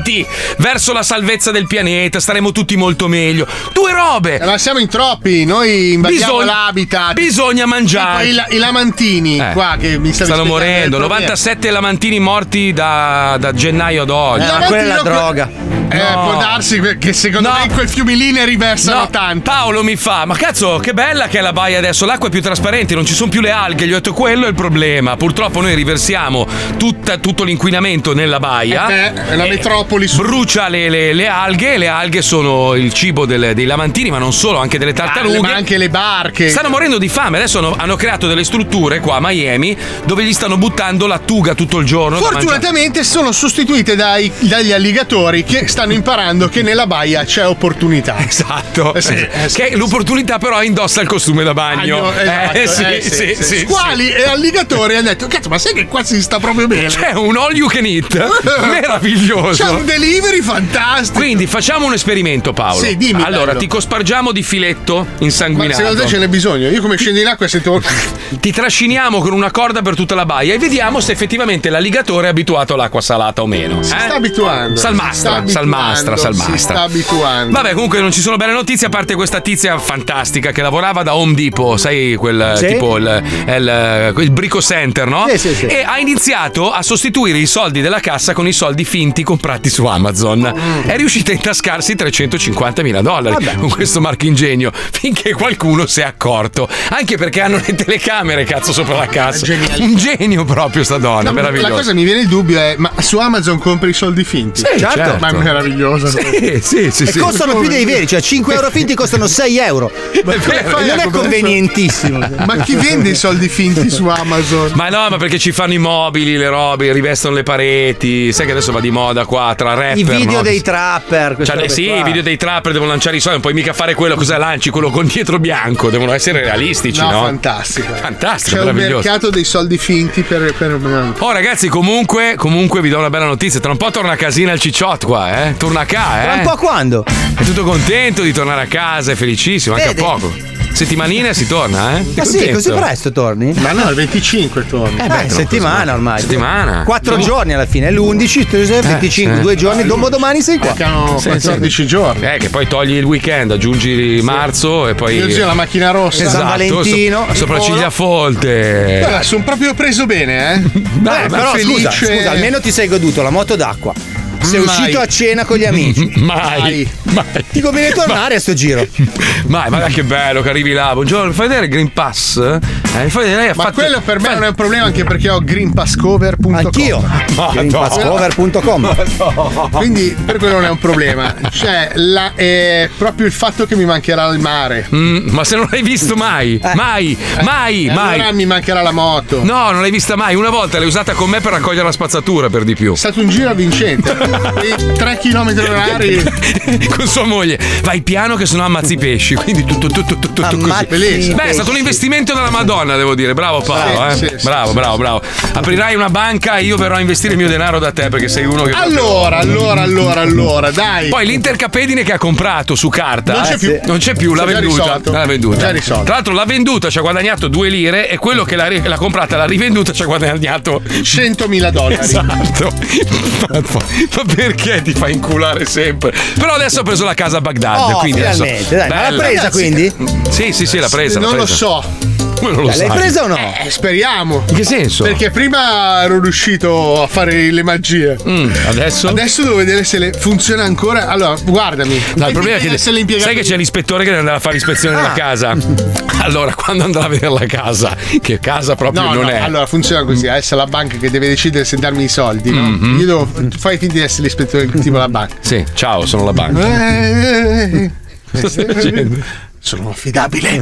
verso la salvezza del pianeta, staremo tutti molto meglio. Due robe. Ma siamo in troppi, noi invadiamo l'habitat. Bisogna mangiare. I lamantini qua che mi stanno morendo. 97 lamantini morti da gennaio ad oggi. Quella è la droga. Può darsi che secondo me in quel fiumi lì ne riversano tanto. Paolo mi fa: ma cazzo, che bella che è la baia adesso, l'acqua è più trasparente, non ci sono più le alghe. Gli ho detto quello è il problema. Purtroppo noi riversiamo tutto l'inquinamento nella baia. È la metropoli. Brucia le alghe. Le alghe sono il cibo dei lamantini, ma non solo, anche delle tartarughe. Ma anche le barche. Stanno morendo di fame. Adesso hanno creato delle strutture qua a Miami dove gli stanno buttando lattuga tutto il giorno. Fortunatamente sono sostituite dagli alligatori che stanno imparando che nella baia c'è opportunità. Esatto. Che l'opportunità però indossa il costume da bagno. Sì. Squali e alligatori hanno detto: cazzo, ma sai che qua si sta proprio bene? C'è un all you can eat meraviglioso. C'è un delivery fantastico. Quindi facciamo un esperimento, Paolo. Sì, dimmi. Allora, bello. ti cospargiamo di filetto insanguinato. Ma secondo te ce n'è bisogno? Io come scendo in acqua e sento. Ti trasciniamo con una corda per tutta la baia e vediamo se effettivamente l'alligatore è abituato all'acqua salata o meno. Si sta abituando. Salmastra. Si sta abituando. Vabbè, comunque non ci sono belle notizie a parte questa tizia fantastica che lavorava da Home Depot, sai quel tipo il Brico Center, no? Sì. E ha iniziato a sostituire i soldi della cassa con i soldi finti comprati su Amazon. È riuscita a intascarsi $350,000 con questo marchingegno finché qualcuno si è accorto. Anche perché hanno le telecamere, cazzo, sopra la cassa. Un genio proprio sta donna, meravigliosa. La cosa mi viene il dubbio è: ma su Amazon compri i soldi finti? Sì, certo. Ma è meraviglioso. Sì. E costano più dei veri, cioè 5 euro finti costano 6 euro. Non è convenientissimo. Ma chi vende i soldi finti su Amazon? Ma no, ma perché ci fanno i mobili, le robe, rivestono le pareti. Sai che adesso va di moda qua tra rapper. I video dei trapper. I video dei trapper devono lanciare i soldi, non puoi mica fare quello, cosa lanci? Quello con dietro bianco, devono essere realistici, no? Fantastico. Fantastico, c'è un mercato dei soldi finti per... Oh ragazzi, comunque vi do una bella notizia. Tra un po' torna a casina il cicciotto qua, Torna a casa, Tra un po' quando? È tutto contento di tornare a casa, è felicissimo, anche a poco. Settimanina si torna, Ma sì, così presto torni? Ma no, il 25 torni. Settimana ormai. Settimana. 4 giorni alla fine, l'11, 25, 2 giorni, domani sei qua. Mancano 14 giorni. Che poi togli il weekend, aggiungi marzo e poi. Io zio la macchina rossa. Esatto, San Valentino. Sopracciglia folte. Guarda, sono proprio preso bene, però felice. Scusa, almeno ti sei goduto la moto d'acqua. Sei uscito a cena con gli amici? Mai. Ti conviene tornare a sto giro. Mai, ma che bello che arrivi là. Buongiorno, fai vedere il Green Pass? Ma quello per me non è un problema, anche perché ho greenpasscover.com. Anch'io. Greenpasscover.com. Quindi per quello non è un problema. Cioè, è proprio il fatto che mi mancherà il mare. Ma se non l'hai visto mai. Mai. Allora mi mancherà la moto. No, non l'hai vista mai. Una volta l'hai usata con me per raccogliere la spazzatura, per di più. È stato un giro avvincente. 3 km orari con sua moglie. Vai piano che sennò ammazzi i pesci. Quindi tutto così. Bellissimo. Beh, è stato un investimento della Madonna, devo dire. Bravo Paolo, Sì, bravo. Aprirai una banca e io verrò a investire il mio denaro da te, perché sei uno che. Allora, dai. Poi l'intercapedine che ha comprato su carta non c'è più. l'ha venduta. Già risolto. Tra l'altro l'ha venduta, ci ha guadagnato 2 lire e quello che l'ha comprata, l'ha rivenduta, ci ha guadagnato $100,000. Esatto. Ma perché ti fai inculare sempre? Però adesso ha preso la casa a Baghdad, quindi finalmente, dai. Ma l'ha presa, quindi? Sì, l'ha presa. Non lo so. Come non lo L'hai presa o no? Speriamo. In che senso? Perché prima ero riuscito a fare le magie. Adesso? Adesso devo vedere se funziona ancora. Allora, guardami. No, il problema è che sai che c'è l'ispettore che deve andare a fare l'ispezione della casa. Allora, quando andrà a vedere la casa, che casa proprio non è. Allora, funziona così. Adesso è la banca che deve decidere se darmi i soldi, no? Io devo. Fai finta di essere l'ispettore tipo la banca. Sì, ciao, sono la banca. Cosa stai facendo? Sono affidabile.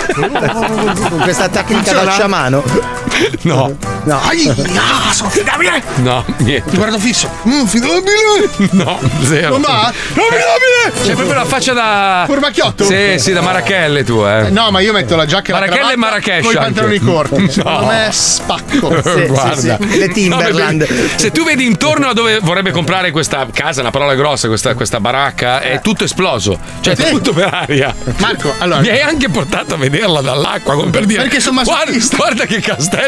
Con questa tecnica da sciamano. No. Sono affidabile. No, niente. Ti guardo fisso. Affidabile. No, zero. Non va? Affidabile. C'è proprio la faccia da Furbacchiotto? Sì, da Marachelle tu, No, ma io metto la giacca e la Marachelle e Marrakesh con i pantaloni corti. Secondo No. me spacco. Guarda. Le Timberland. Se tu vedi intorno a dove vorrebbe comprare questa casa, una parola grossa, questa baracca, è tutto esploso. Cioè, è tutto per aria. Marco, allora. Mi hai anche portato a vederla dall'acqua, come per dire. Perché sono masochista. Guarda che castello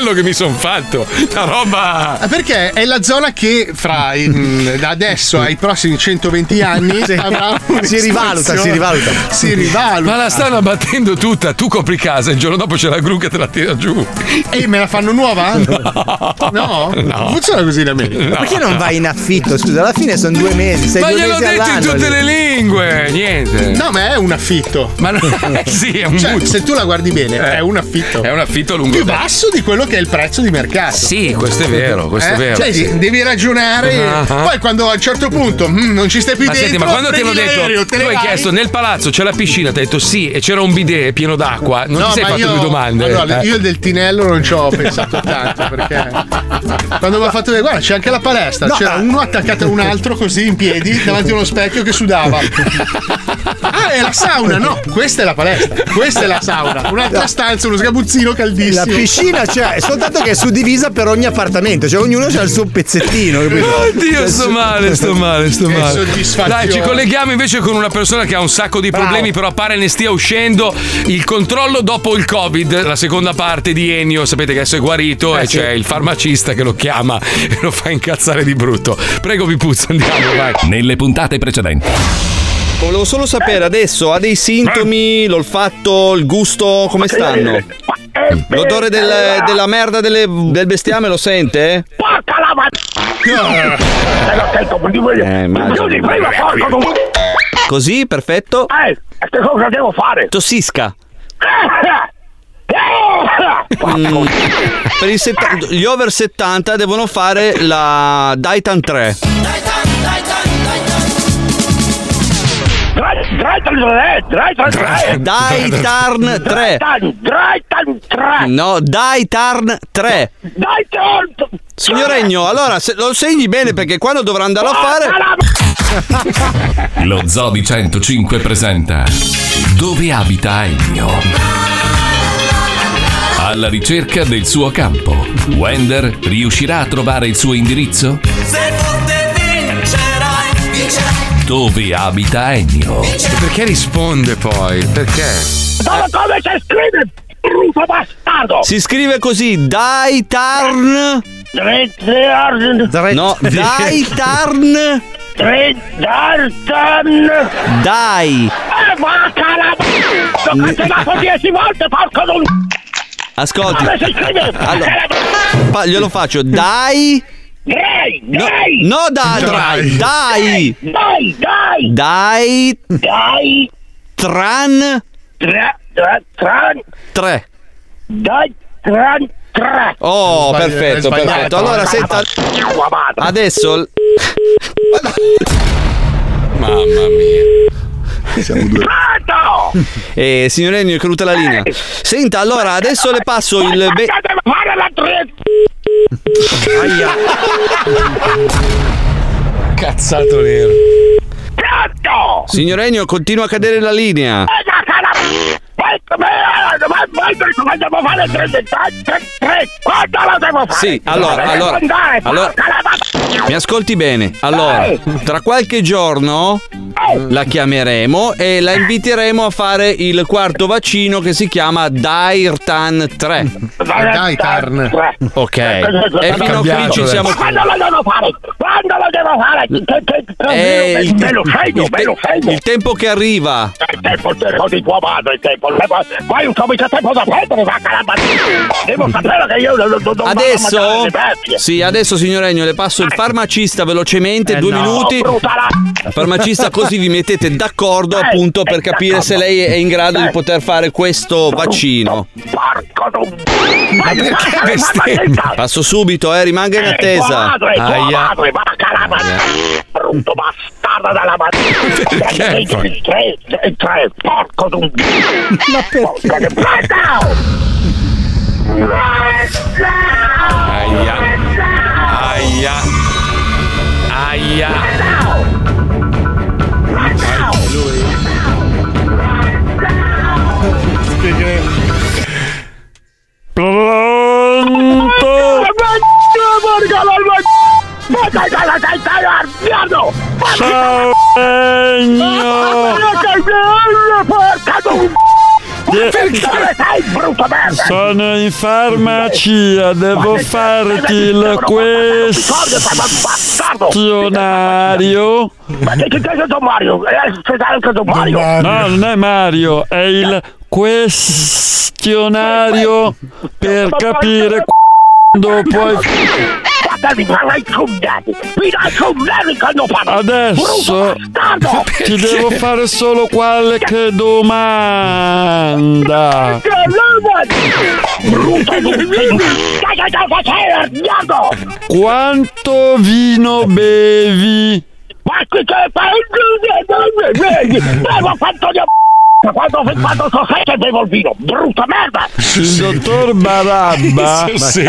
castello che mi son fatto. Una roba. Perché è la zona che da adesso ai prossimi 120 anni avrà si rivaluta. Ma la stanno abbattendo tutta. Tu compri casa, il giorno dopo c'è la gru che te la tira giù. E me la fanno nuova? No. Funziona così da me. Ma perché non vai in affitto? Scusa, alla fine sono 2 mesi. Ma gliel'ho detto in tutte le lingue. Niente. No, ma è un affitto. Ma sì, è un butto. Se tu la guardi bene, è un affitto. È un affitto lungo più basso di quello che è il prezzo di mercato. Sì, questo è vero, Cioè, devi ragionare. Poi quando a un certo punto non ci stai più dentro. Senti, ma quando ti hanno detto, tu hai chiesto nel palazzo c'è la piscina, ti hai detto sì, e c'era un bidet pieno d'acqua, non ti sei fatto più domande. Allora, io del tinello non ci ho pensato tanto, perché quando mi ha fatto vedere, guarda, c'è anche la palestra, c'era uno attaccato a un altro così in piedi davanti a uno specchio che sudava. È la sauna? No, questa è la palestra, questa è la sauna, un'altra stanza, uno sgabuzzino caldissimo. La piscina c'è, soltanto che è suddivisa per ogni appartamento, cioè ognuno c'ha il suo pezzettino. Oddio, sto male. Dai, ci colleghiamo invece con una persona che ha un sacco di problemi, però pare ne stia uscendo. Il controllo dopo il Covid, la seconda parte di Ennio, sapete che adesso è guarito e c'è il farmacista che lo chiama e lo fa incazzare di brutto. Prego Pipuzzo, andiamo, vai. Nelle puntate precedenti. Volevo solo sapere, adesso ha dei sintomi, l'olfatto, il gusto, come stanno? L'odore della merda del bestiame lo sente? Porca la Così, perfetto. Che cosa devo fare? Tossisca. Per gli over 70 devono fare la Daitan 3. Daitarn 3. No, Daitarn 3. Signor Ennio, allora se lo segni bene, perché quando dovrà andare a fare. Lo Zoo di 105 presenta Dove abita Ennio? Alla ricerca del suo campo, Wender riuscirà a trovare il suo indirizzo? Sei forte, vincerai. Dove abita Ennio? Perché risponde poi? Perché? Come si scrive? Brutto bastardo! Si scrive così, Daitarn. No, Daitarn. Dai. Vacca la l'ho cancellato 10 volte, porco d'un. Ascolti. Come si scrive? Allora, glielo faccio, dai. No, dai. Tran 3. Oh, perfetto. Allora senta, adesso mamma mia. Siamo due. Signor Ennio, è caduta la linea. Senta, allora adesso le passo il Cazzato nero. Signor Ennio, continua a cadere la linea. Devo fare 3. Quando lo devo fare? Sì, allora mi ascolti bene. Allora, tra qualche giorno la chiameremo e la inviteremo a fare il quarto vaccino che si chiama Daitarn 3. Daitarn. Ok. E fino a qui ci siamo. Quando lo devo fare? Me lo segno. Il tempo che arriva. Il tempo di tua madre, il tempo. Poi un comincia tempo da prendere, va caramba. Devo sapere che io non adesso? Sì, adesso signor Ennio le passo il farmacista velocemente, 2 minuti. Il farmacista, così vi mettete d'accordo appunto per capire se lei è in grado di poter fare questo vaccino. Ma perché bestemmia? Passo subito, rimanga in attesa. Aia. Brutto bastardo dalla mattina. 3, porco d'un. Ma perché? Aia. Lui. Pronto? Ciao Ennio! Dove sei, brutto merda? Sono in farmacia, devo farti il questionario. Ma che sono Mario? Sono Mario? No, non è Mario, è il questionario per capire quando puoi. Adesso ti devo fare solo qualche domanda. Quanto vino bevi? Quando so che bevo il vino, brutta merda! Il dottor Barabba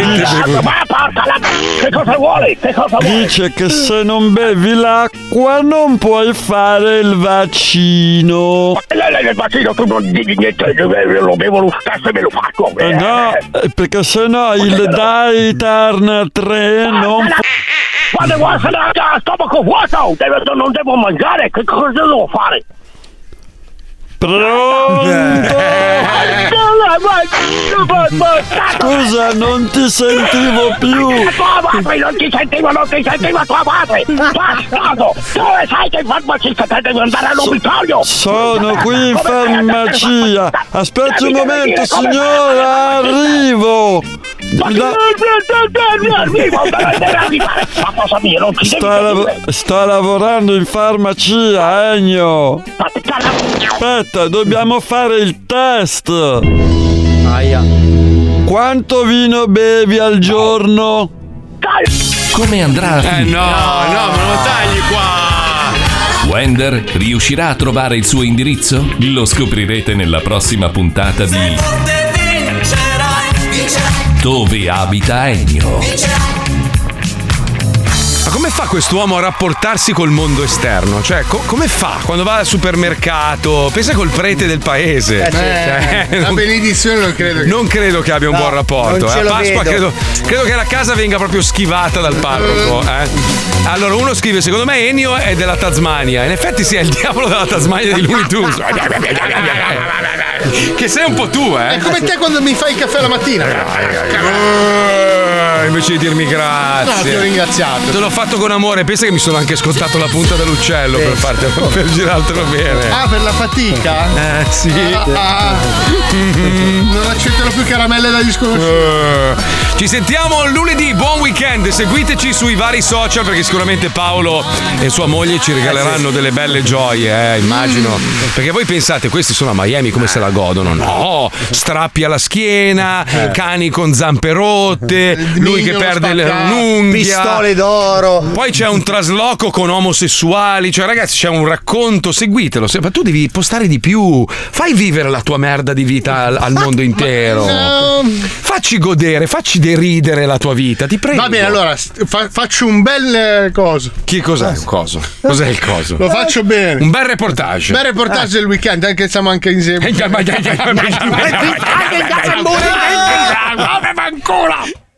che cosa vuole? Dice che se non bevi l'acqua non puoi fare il vaccino. Il vaccino tu non dici niente, lo bevo lo stesso e me lo faccio. No, perché sennò il Daitarn 3 non. Ma devo essere a stomaco vuoto, non devo mangiare, che cosa devo fare? Pronto? Scusa, non ti sentivo più. Non ti sentiva tua madre. Bastardo, dove sai che il farmacista te devi andare all'obitorio? Sono qui in farmacia. Aspetti un momento, signora, arrivo. Sto lavorando in farmacia, Ennio. Aspetta, dobbiamo fare il test. Aia. Quanto vino bevi al giorno? Come andrà a finire? No, ma non tagli qua. Wender riuscirà a trovare il suo indirizzo? Lo scoprirete nella prossima puntata di Dove abita Ennio? Ma come fa quest'uomo a rapportarsi col mondo esterno? Cioè, come fa quando va al supermercato? Pensa col prete del paese. La benedizione non credo che abbia un buon rapporto. A Pasqua credo che la casa venga proprio schivata dal parroco. Allora uno scrive: secondo me Ennio è della Tasmania. In effetti sì, è il diavolo della Tasmania di Looney Tunes. Che sei un po' tu, È come te quando mi fai il caffè la mattina. Invece di dirmi grazie. No, ti ho ringraziato. Te l'ho fatto con amore. Pensa che mi sono anche scontato la punta dell'uccello per girartelo bene. Ah, per la fatica? Sì. Non accetterò più caramelle dagli sconosciuti. Ci sentiamo lunedì, buon weekend. Seguiteci sui vari social perché sicuramente Paolo e sua moglie ci regaleranno delle belle gioie, immagino. Perché voi pensate, questi sono a Miami, come se la godono? No, strappi alla schiena, cani con zampe rotte, lui che perde un'unghia, pistole d'oro. Poi c'è un trasloco con omosessuali. Cioè, ragazzi, c'è un racconto, seguitelo. Ma tu devi postare di più. Fai vivere la tua merda di vita al mondo intero. Facci godere, facci deridere la tua vita, ti prego. Va bene, allora faccio un bel coso. Che cos'è un coso? Cos'è il coso? Lo faccio bene. Un bel reportage. Bel reportage del weekend, anche siamo anche insieme. Ancora!